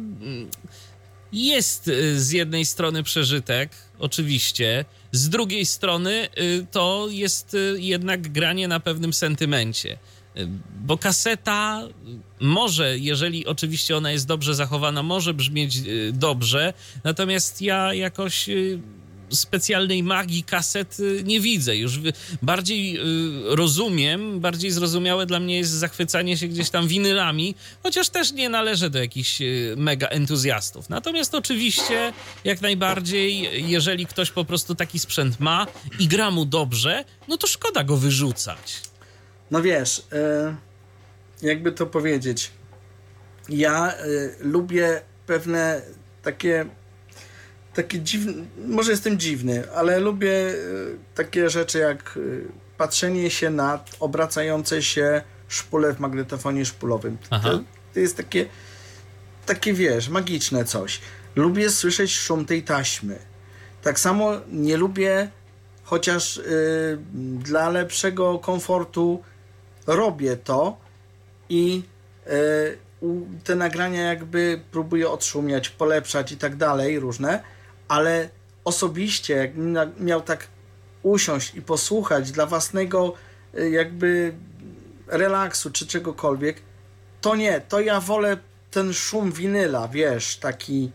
jest z jednej strony przeżytek, oczywiście, z drugiej strony to jest jednak granie na pewnym sentymencie. Bo kaseta może, jeżeli oczywiście ona jest dobrze zachowana, może brzmieć dobrze, natomiast ja jakoś specjalnej magii kaset nie widzę. Już bardziej rozumiem, bardziej zrozumiałe dla mnie jest zachwycanie się gdzieś tam winylami, chociaż też nie należę do jakichś mega entuzjastów. Natomiast oczywiście jak najbardziej, jeżeli ktoś po prostu taki sprzęt ma i gra mu dobrze, no to szkoda go wyrzucać. No wiesz, jakby to powiedzieć, ja lubię pewne takie takie dziwne, może jestem dziwny, ale lubię takie rzeczy jak patrzenie się na obracające się szpule w magnetofonie szpulowym. To, to jest takie, takie, wiesz, magiczne coś. Lubię słyszeć szum tej taśmy. Tak samo nie lubię, chociaż y, dla lepszego komfortu robię to i y, te nagrania jakby próbuję odszumiać, polepszać i tak dalej, różne, ale osobiście, jak miał tak usiąść i posłuchać dla własnego jakby relaksu czy czegokolwiek, to nie, to ja wolę ten szum winyla, wiesz, taki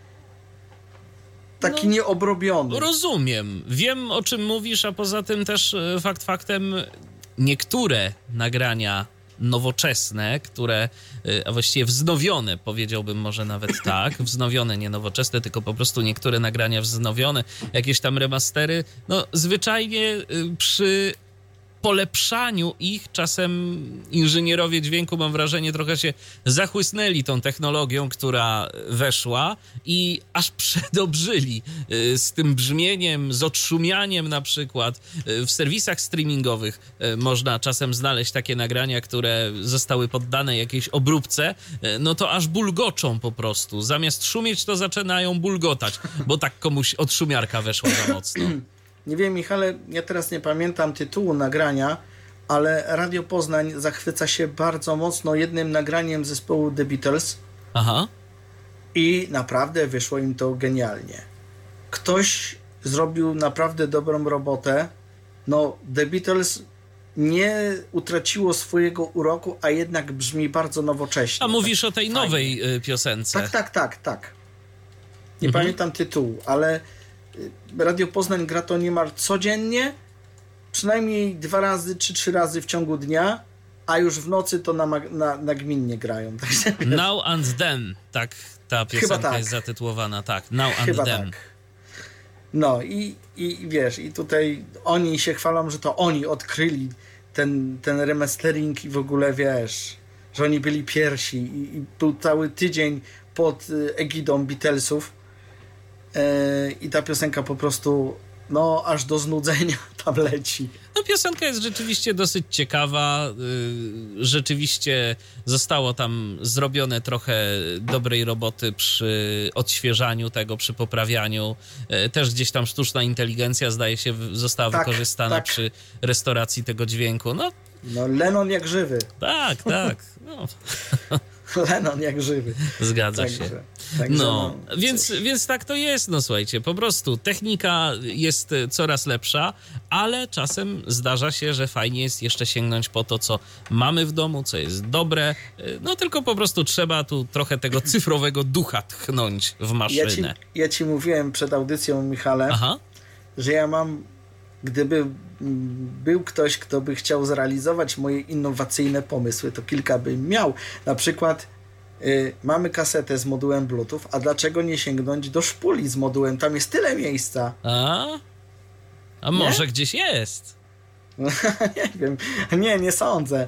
taki No, nieobrobiony. Rozumiem. Wiem, o czym mówisz, a poza tym też e, fakt faktem niektóre nagrania nowoczesne, które, e, a właściwie wznowione, powiedziałbym może nawet tak, wznowione, nie nowoczesne, tylko po prostu niektóre nagrania wznowione, jakieś tam remastery, no zwyczajnie e, przy polepszaniu ich czasem inżynierowie dźwięku, mam wrażenie, trochę się zachłysnęli tą technologią, która weszła i aż przedobrzyli y, z tym brzmieniem, z odszumianiem na przykład. Y, W serwisach streamingowych y, można czasem znaleźć takie nagrania, które zostały poddane jakiejś obróbce, y, no to aż bulgoczą po prostu. Zamiast szumieć, to zaczynają bulgotać, bo tak komuś odszumiarka weszła za mocno. Nie wiem, Michale, ja teraz nie pamiętam tytułu nagrania, ale Radio Poznań zachwyca się bardzo mocno jednym nagraniem zespołu The Beatles. Aha. I naprawdę wyszło im to genialnie. Ktoś zrobił naprawdę dobrą robotę. No, The Beatles nie utraciło swojego uroku, a jednak brzmi bardzo nowocześnie. A mówisz o tej Fajnie. nowej y, piosence. Tak, tak, tak, tak. Nie Mhm. pamiętam tytułu, ale Radio Poznań gra to niemal codziennie, przynajmniej dwa razy czy trzy razy w ciągu dnia, a już w nocy to na, na, nagminnie grają. Także, wiesz, Now and Then, tak ta piosenka tak. jest zatytułowana, tak, Now and chyba Then. tak. No i, i wiesz, i tutaj oni się chwalą, że to oni odkryli ten, ten remastering i w ogóle wiesz, że oni byli pierwsi i, i był cały tydzień pod y, egidą Beatlesów. I ta piosenka po prostu, no, aż do znudzenia tam leci. No piosenka jest rzeczywiście dosyć ciekawa, yy, rzeczywiście zostało tam zrobione trochę dobrej roboty przy odświeżaniu tego, przy poprawianiu. Yy, też gdzieś tam sztuczna inteligencja, zdaje się, w- została Tak, wykorzystana tak. przy restauracji tego dźwięku. No No, Lennon jak żywy. tak, tak, no, Lennon jak żywy. zgadza się. Także, także No, no, więc, cóż. więc tak to jest, no słuchajcie, po prostu technika jest e, coraz lepsza, ale czasem zdarza się, że fajnie jest jeszcze sięgnąć po to, co mamy w domu, co jest dobre, E, no tylko po prostu trzeba tu trochę tego cyfrowego ducha tchnąć w Ja ci, maszynę. ja ci mówiłem przed audycją, Michale, Aha, że ja mam, gdyby mm, był ktoś, kto by chciał zrealizować moje innowacyjne pomysły, to kilka bym miał. Na przykład y, mamy kasetę z modułem Bluetooth, a dlaczego nie sięgnąć do szpuli z modułem? Tam jest tyle miejsca. a, a może gdzieś jest? Nie wiem. Nie, nie sądzę.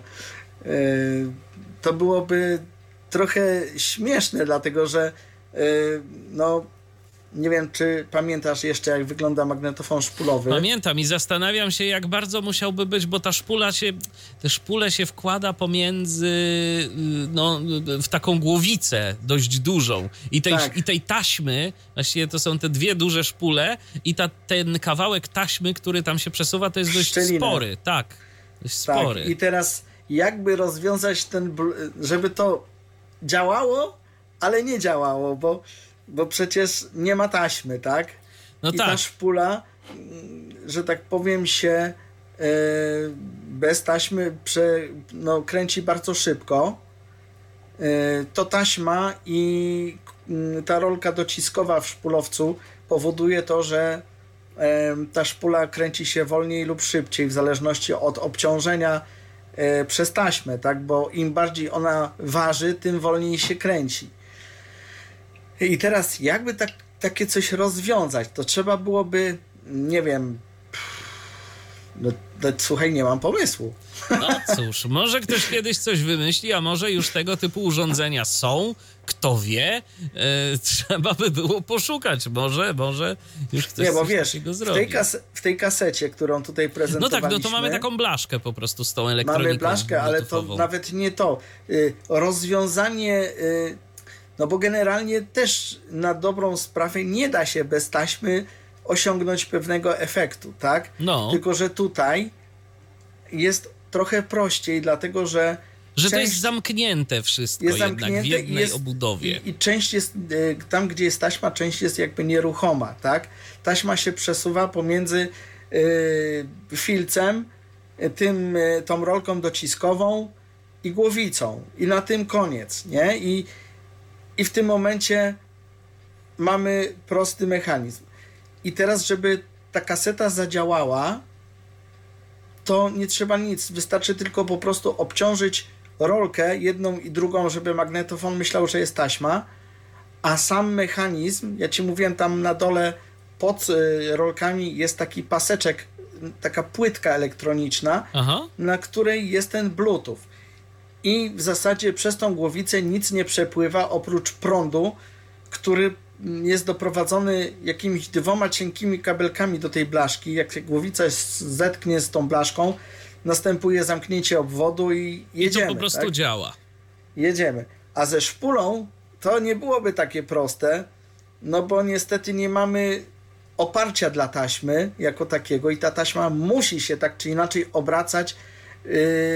Y, to byłoby trochę śmieszne, dlatego że y, no nie wiem, czy pamiętasz jeszcze, jak wygląda magnetofon szpulowy. Pamiętam i zastanawiam się, jak bardzo musiałby być, bo ta szpula się, te szpule się wkłada pomiędzy, y, no, w taką głowicę dość dużą. I tej, Tak. i tej taśmy, właściwie to są te dwie duże szpule i ta, ten kawałek taśmy, który tam się przesuwa, to jest dość Szczelinę. spory. Tak, dość Tak, spory. i teraz jakby rozwiązać ten, bl- żeby to działało, ale nie działało, bo, bo przecież nie ma taśmy, tak? No I tak. ta szpula, mm, że tak powiem, się e, bez taśmy prze, no, kręci bardzo szybko. E, to taśma i mm, ta rolka dociskowa w szpulowcu powoduje to, że e, ta szpula kręci się wolniej lub szybciej w zależności od obciążenia e, przez taśmę, tak? Bo im bardziej ona waży, tym wolniej się kręci. I teraz jakby tak, takie coś rozwiązać, to trzeba byłoby, nie wiem, no, no, słuchaj, nie mam pomysłu. No cóż, może ktoś kiedyś coś wymyśli, a może już tego typu urządzenia są, kto wie, e, trzeba by było poszukać, może, może już ktoś Nie, bo coś wiesz, takiego w zrobi. tej, kas- w tej kasecie, którą tutaj No prezentowaliśmy... tak, no to mamy taką blaszkę po prostu z tą elektroniką Mamy blaszkę, ale to bluetoothową. nawet nie to. Y, rozwiązanie, y, no bo generalnie też na dobrą sprawę nie da się bez taśmy osiągnąć pewnego efektu, tak? No. Tylko że tutaj jest trochę prościej, dlatego że Że to część jest zamknięte wszystko jest jednak zamknięte w jednej i jest, obudowie. I, I część jest, y, tam gdzie jest taśma, część jest jakby nieruchoma, tak? Taśma się przesuwa pomiędzy y, filcem, y, tym, y, tą rolką dociskową i głowicą. I na tym koniec, nie? I i w tym momencie mamy prosty mechanizm. I teraz, żeby ta kaseta zadziałała, to nie trzeba nic. Wystarczy tylko po prostu obciążyć rolkę jedną i drugą, żeby magnetofon myślał, że jest taśma, a sam mechanizm, ja ci mówiłem, tam na dole pod rolkami jest taki paseczek, taka płytka elektroniczna, Aha. na której jest ten Bluetooth. I w zasadzie przez tą głowicę nic nie przepływa oprócz prądu, który jest doprowadzony jakimiś dwoma cienkimi kabelkami do tej blaszki. Jak głowica zetknie z tą blaszką, następuje zamknięcie obwodu i jedziemy. I to po prostu tak? działa. Jedziemy. A ze szpulą to nie byłoby takie proste, no bo niestety nie mamy oparcia dla taśmy jako takiego i ta taśma musi się tak czy inaczej obracać yy,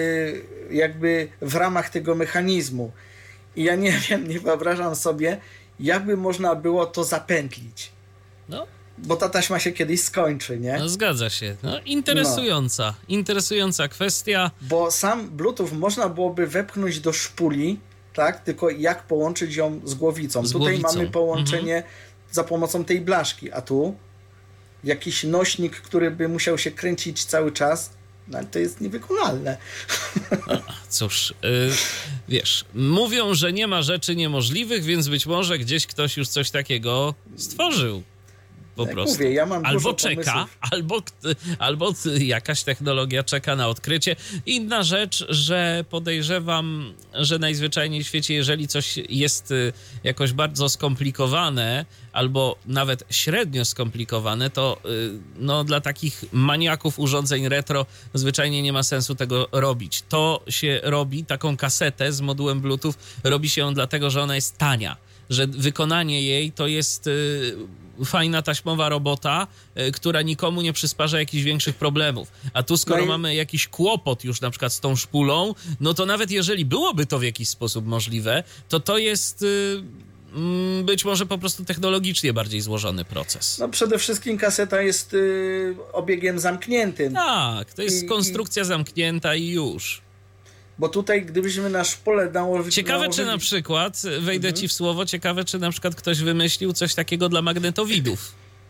jakby w ramach tego mechanizmu. I ja nie wiem, nie wyobrażam sobie, jakby można było to zapętlić. No. Bo ta taśma się kiedyś skończy, nie? No zgadza się. No, interesująca. No. Interesująca kwestia. Bo sam Bluetooth można byłoby wepchnąć do szpuli, tak? Tylko jak połączyć ją z głowicą. Z Tutaj głowicą. mamy połączenie mhm. za pomocą tej blaszki, a tu jakiś nośnik, który by musiał się kręcić cały czas, no ale to jest niewykonalne. No, cóż, yy, wiesz, mówią, że nie ma rzeczy niemożliwych, więc być może gdzieś ktoś już coś takiego stworzył. Po Jak prostu. Mówię, ja mam albo dużo czeka, pomysłów. albo, albo jakaś technologia czeka na odkrycie. Inna rzecz, że podejrzewam, że najzwyczajniej w świecie, jeżeli coś jest jakoś bardzo skomplikowane, albo nawet średnio skomplikowane, to no, dla takich maniaków urządzeń retro zwyczajnie nie ma sensu tego robić. To się robi, taką kasetę z modułem Bluetooth, robi się ją dlatego, że ona jest tania, że wykonanie jej to jest y, fajna taśmowa robota, y, która nikomu nie przysparza jakichś większych problemów. A tu skoro no i... mamy jakiś kłopot już na przykład z tą szpulą, no to nawet jeżeli byłoby to w jakiś sposób możliwe, to to jest y, y, być może po prostu technologicznie bardziej złożony proces. No przede wszystkim kaseta jest y, obiegiem zamkniętym. Tak, to jest I, konstrukcja i... zamknięta i już. Bo tutaj, gdybyśmy na szpulę nałożyli... Ciekawe, nałożyli... czy na przykład, wejdę mhm. ci w słowo, ciekawe, czy na przykład ktoś wymyślił coś takiego dla magnetowidów.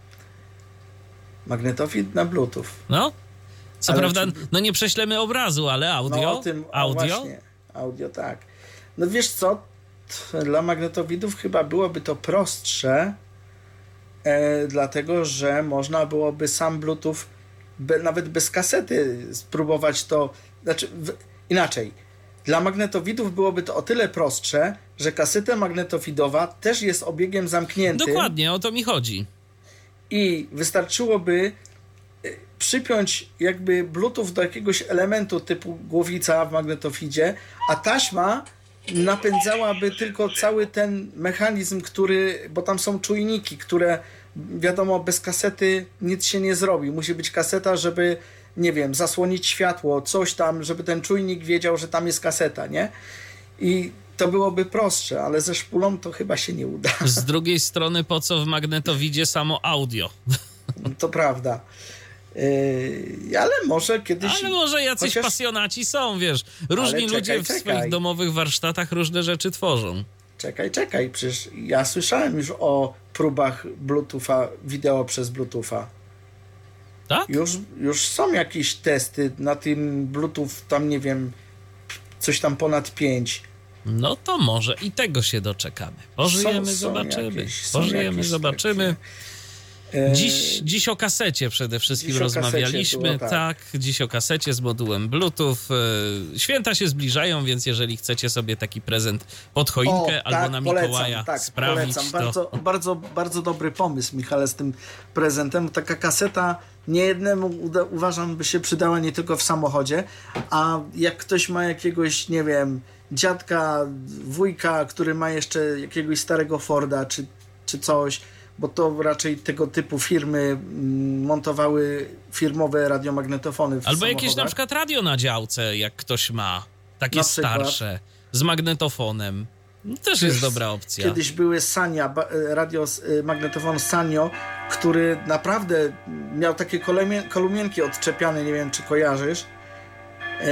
Magnetowid na Bluetooth. No, co ale prawda, czy... no nie prześlemy obrazu, ale audio? No o tym, audio? Właśnie, audio, tak. No wiesz co, dla magnetowidów chyba byłoby to prostsze, e, dlatego, że można byłoby sam Bluetooth, be, nawet bez kasety spróbować to, znaczy... W, Inaczej, dla magnetowidów byłoby to o tyle prostsze, że kaseta magnetowidowa też jest obiegiem zamkniętym. Dokładnie, o to mi chodzi. I wystarczyłoby przypiąć jakby Bluetooth do jakiegoś elementu typu głowica w magnetowidzie, a taśma napędzałaby tylko cały ten mechanizm, który, bo tam są czujniki, które wiadomo, bez kasety nic się nie zrobi. Musi być kaseta, żeby nie wiem, zasłonić światło, coś tam, żeby ten czujnik wiedział, że tam jest kaseta, nie? I to byłoby prostsze, ale ze szpulą to chyba się nie uda. Z drugiej strony, po co w magnetowidzie samo audio? To prawda. Yy, ale może kiedyś... Ale może jacyś chociaż... pasjonaci są, wiesz. Różni czekaj, ludzie w czekaj. swoich domowych warsztatach różne rzeczy tworzą. Czekaj, czekaj, przecież ja słyszałem już o próbach Bluetootha, wideo przez Bluetootha. Tak? Już, już są jakieś testy na tym Bluetooth, tam nie wiem, coś tam ponad pięć. No to może i tego się doczekamy. Pożyjemy, są, są zobaczymy. Jakieś, Pożyjemy, zobaczymy. Takie... Dziś, dziś o kasecie przede wszystkim dziś rozmawialiśmy. Było, tak. tak, dziś o kasecie z modułem Bluetooth. Święta się zbliżają, więc jeżeli chcecie sobie taki prezent pod choinkę o, albo tak, na Mikołaja polecam, tak, sprawić, polecam. to... Bardzo, bardzo, bardzo dobry pomysł, Michale, z tym prezentem. Taka kaseta niejednemu uważam, by się przydała nie tylko w samochodzie, a jak ktoś ma jakiegoś, nie wiem, dziadka, wujka, który ma jeszcze jakiegoś starego Forda czy, czy coś, bo to raczej tego typu firmy montowały firmowe radiomagnetofony w Albo samochodach. jakieś na przykład radio na działce, jak ktoś ma, takie starsze, z magnetofonem. No, też jest dobra opcja. Kiedyś były Sania, radio, magnetofon Sanio, który naprawdę miał takie kolumienki odczepiane, nie wiem czy kojarzysz,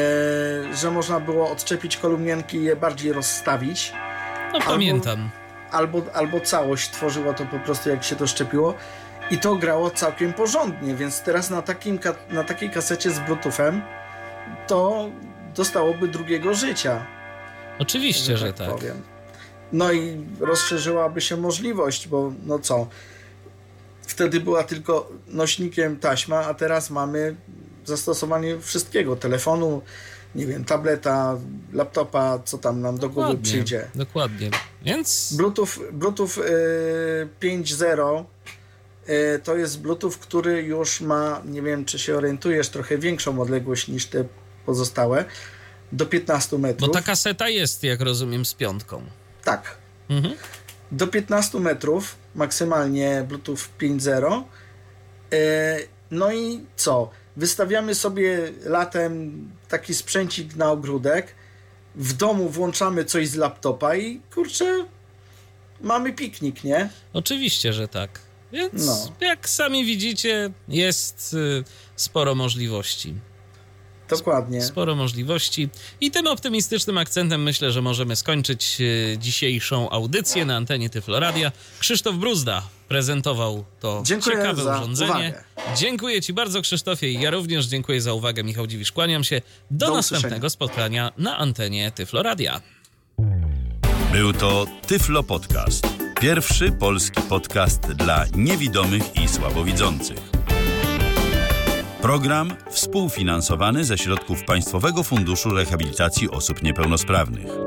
e, że można było odczepić kolumienki i je bardziej rozstawić. No albo, pamiętam. albo, albo całość tworzyła to po prostu, jak się to szczepiło. I to grało całkiem porządnie, więc teraz na, takim, na takiej kasecie z Bluetoothem to dostałoby drugiego życia. Oczywiście, że, że tak. Powiem. No i rozszerzyłaby się możliwość, bo no co, wtedy była tylko nośnikiem taśma, a teraz mamy zastosowanie wszystkiego, telefonu, nie wiem, tableta, laptopa, co tam nam do głowy przyjdzie. Dokładnie, więc... Bluetooth, Bluetooth yy, pięć zero yy, to jest Bluetooth, który już ma, nie wiem, czy się orientujesz, trochę większą odległość niż te pozostałe, do piętnastu metrów. Bo ta kaseta jest, jak rozumiem, z piątką. Tak. Mhm. Do piętnastu metrów, maksymalnie Bluetooth pięć zero. Yy, no i co? Wystawiamy sobie latem taki sprzęcik na ogródek, w domu włączamy coś z laptopa i kurczę, mamy piknik, nie? Oczywiście, że tak. Więc no. jak sami widzicie, jest y, sporo możliwości. Dokładnie. Sporo możliwości. I tym optymistycznym akcentem myślę, że możemy skończyć y, dzisiejszą audycję na antenie Tyfloradia. Krzysztof Bruzda prezentował to dziękuję ciekawe za urządzenie. Uwagę. Dziękuję Ci bardzo, Krzysztofie, i ja również dziękuję za uwagę. Michał Dziwisz, kłaniam się. Do, Do następnego usłyszenia. spotkania na antenie Tyfloradia. Był to Tyflo Podcast. Pierwszy polski podcast dla niewidomych i słabowidzących. Program współfinansowany ze środków Państwowego Funduszu Rehabilitacji Osób Niepełnosprawnych.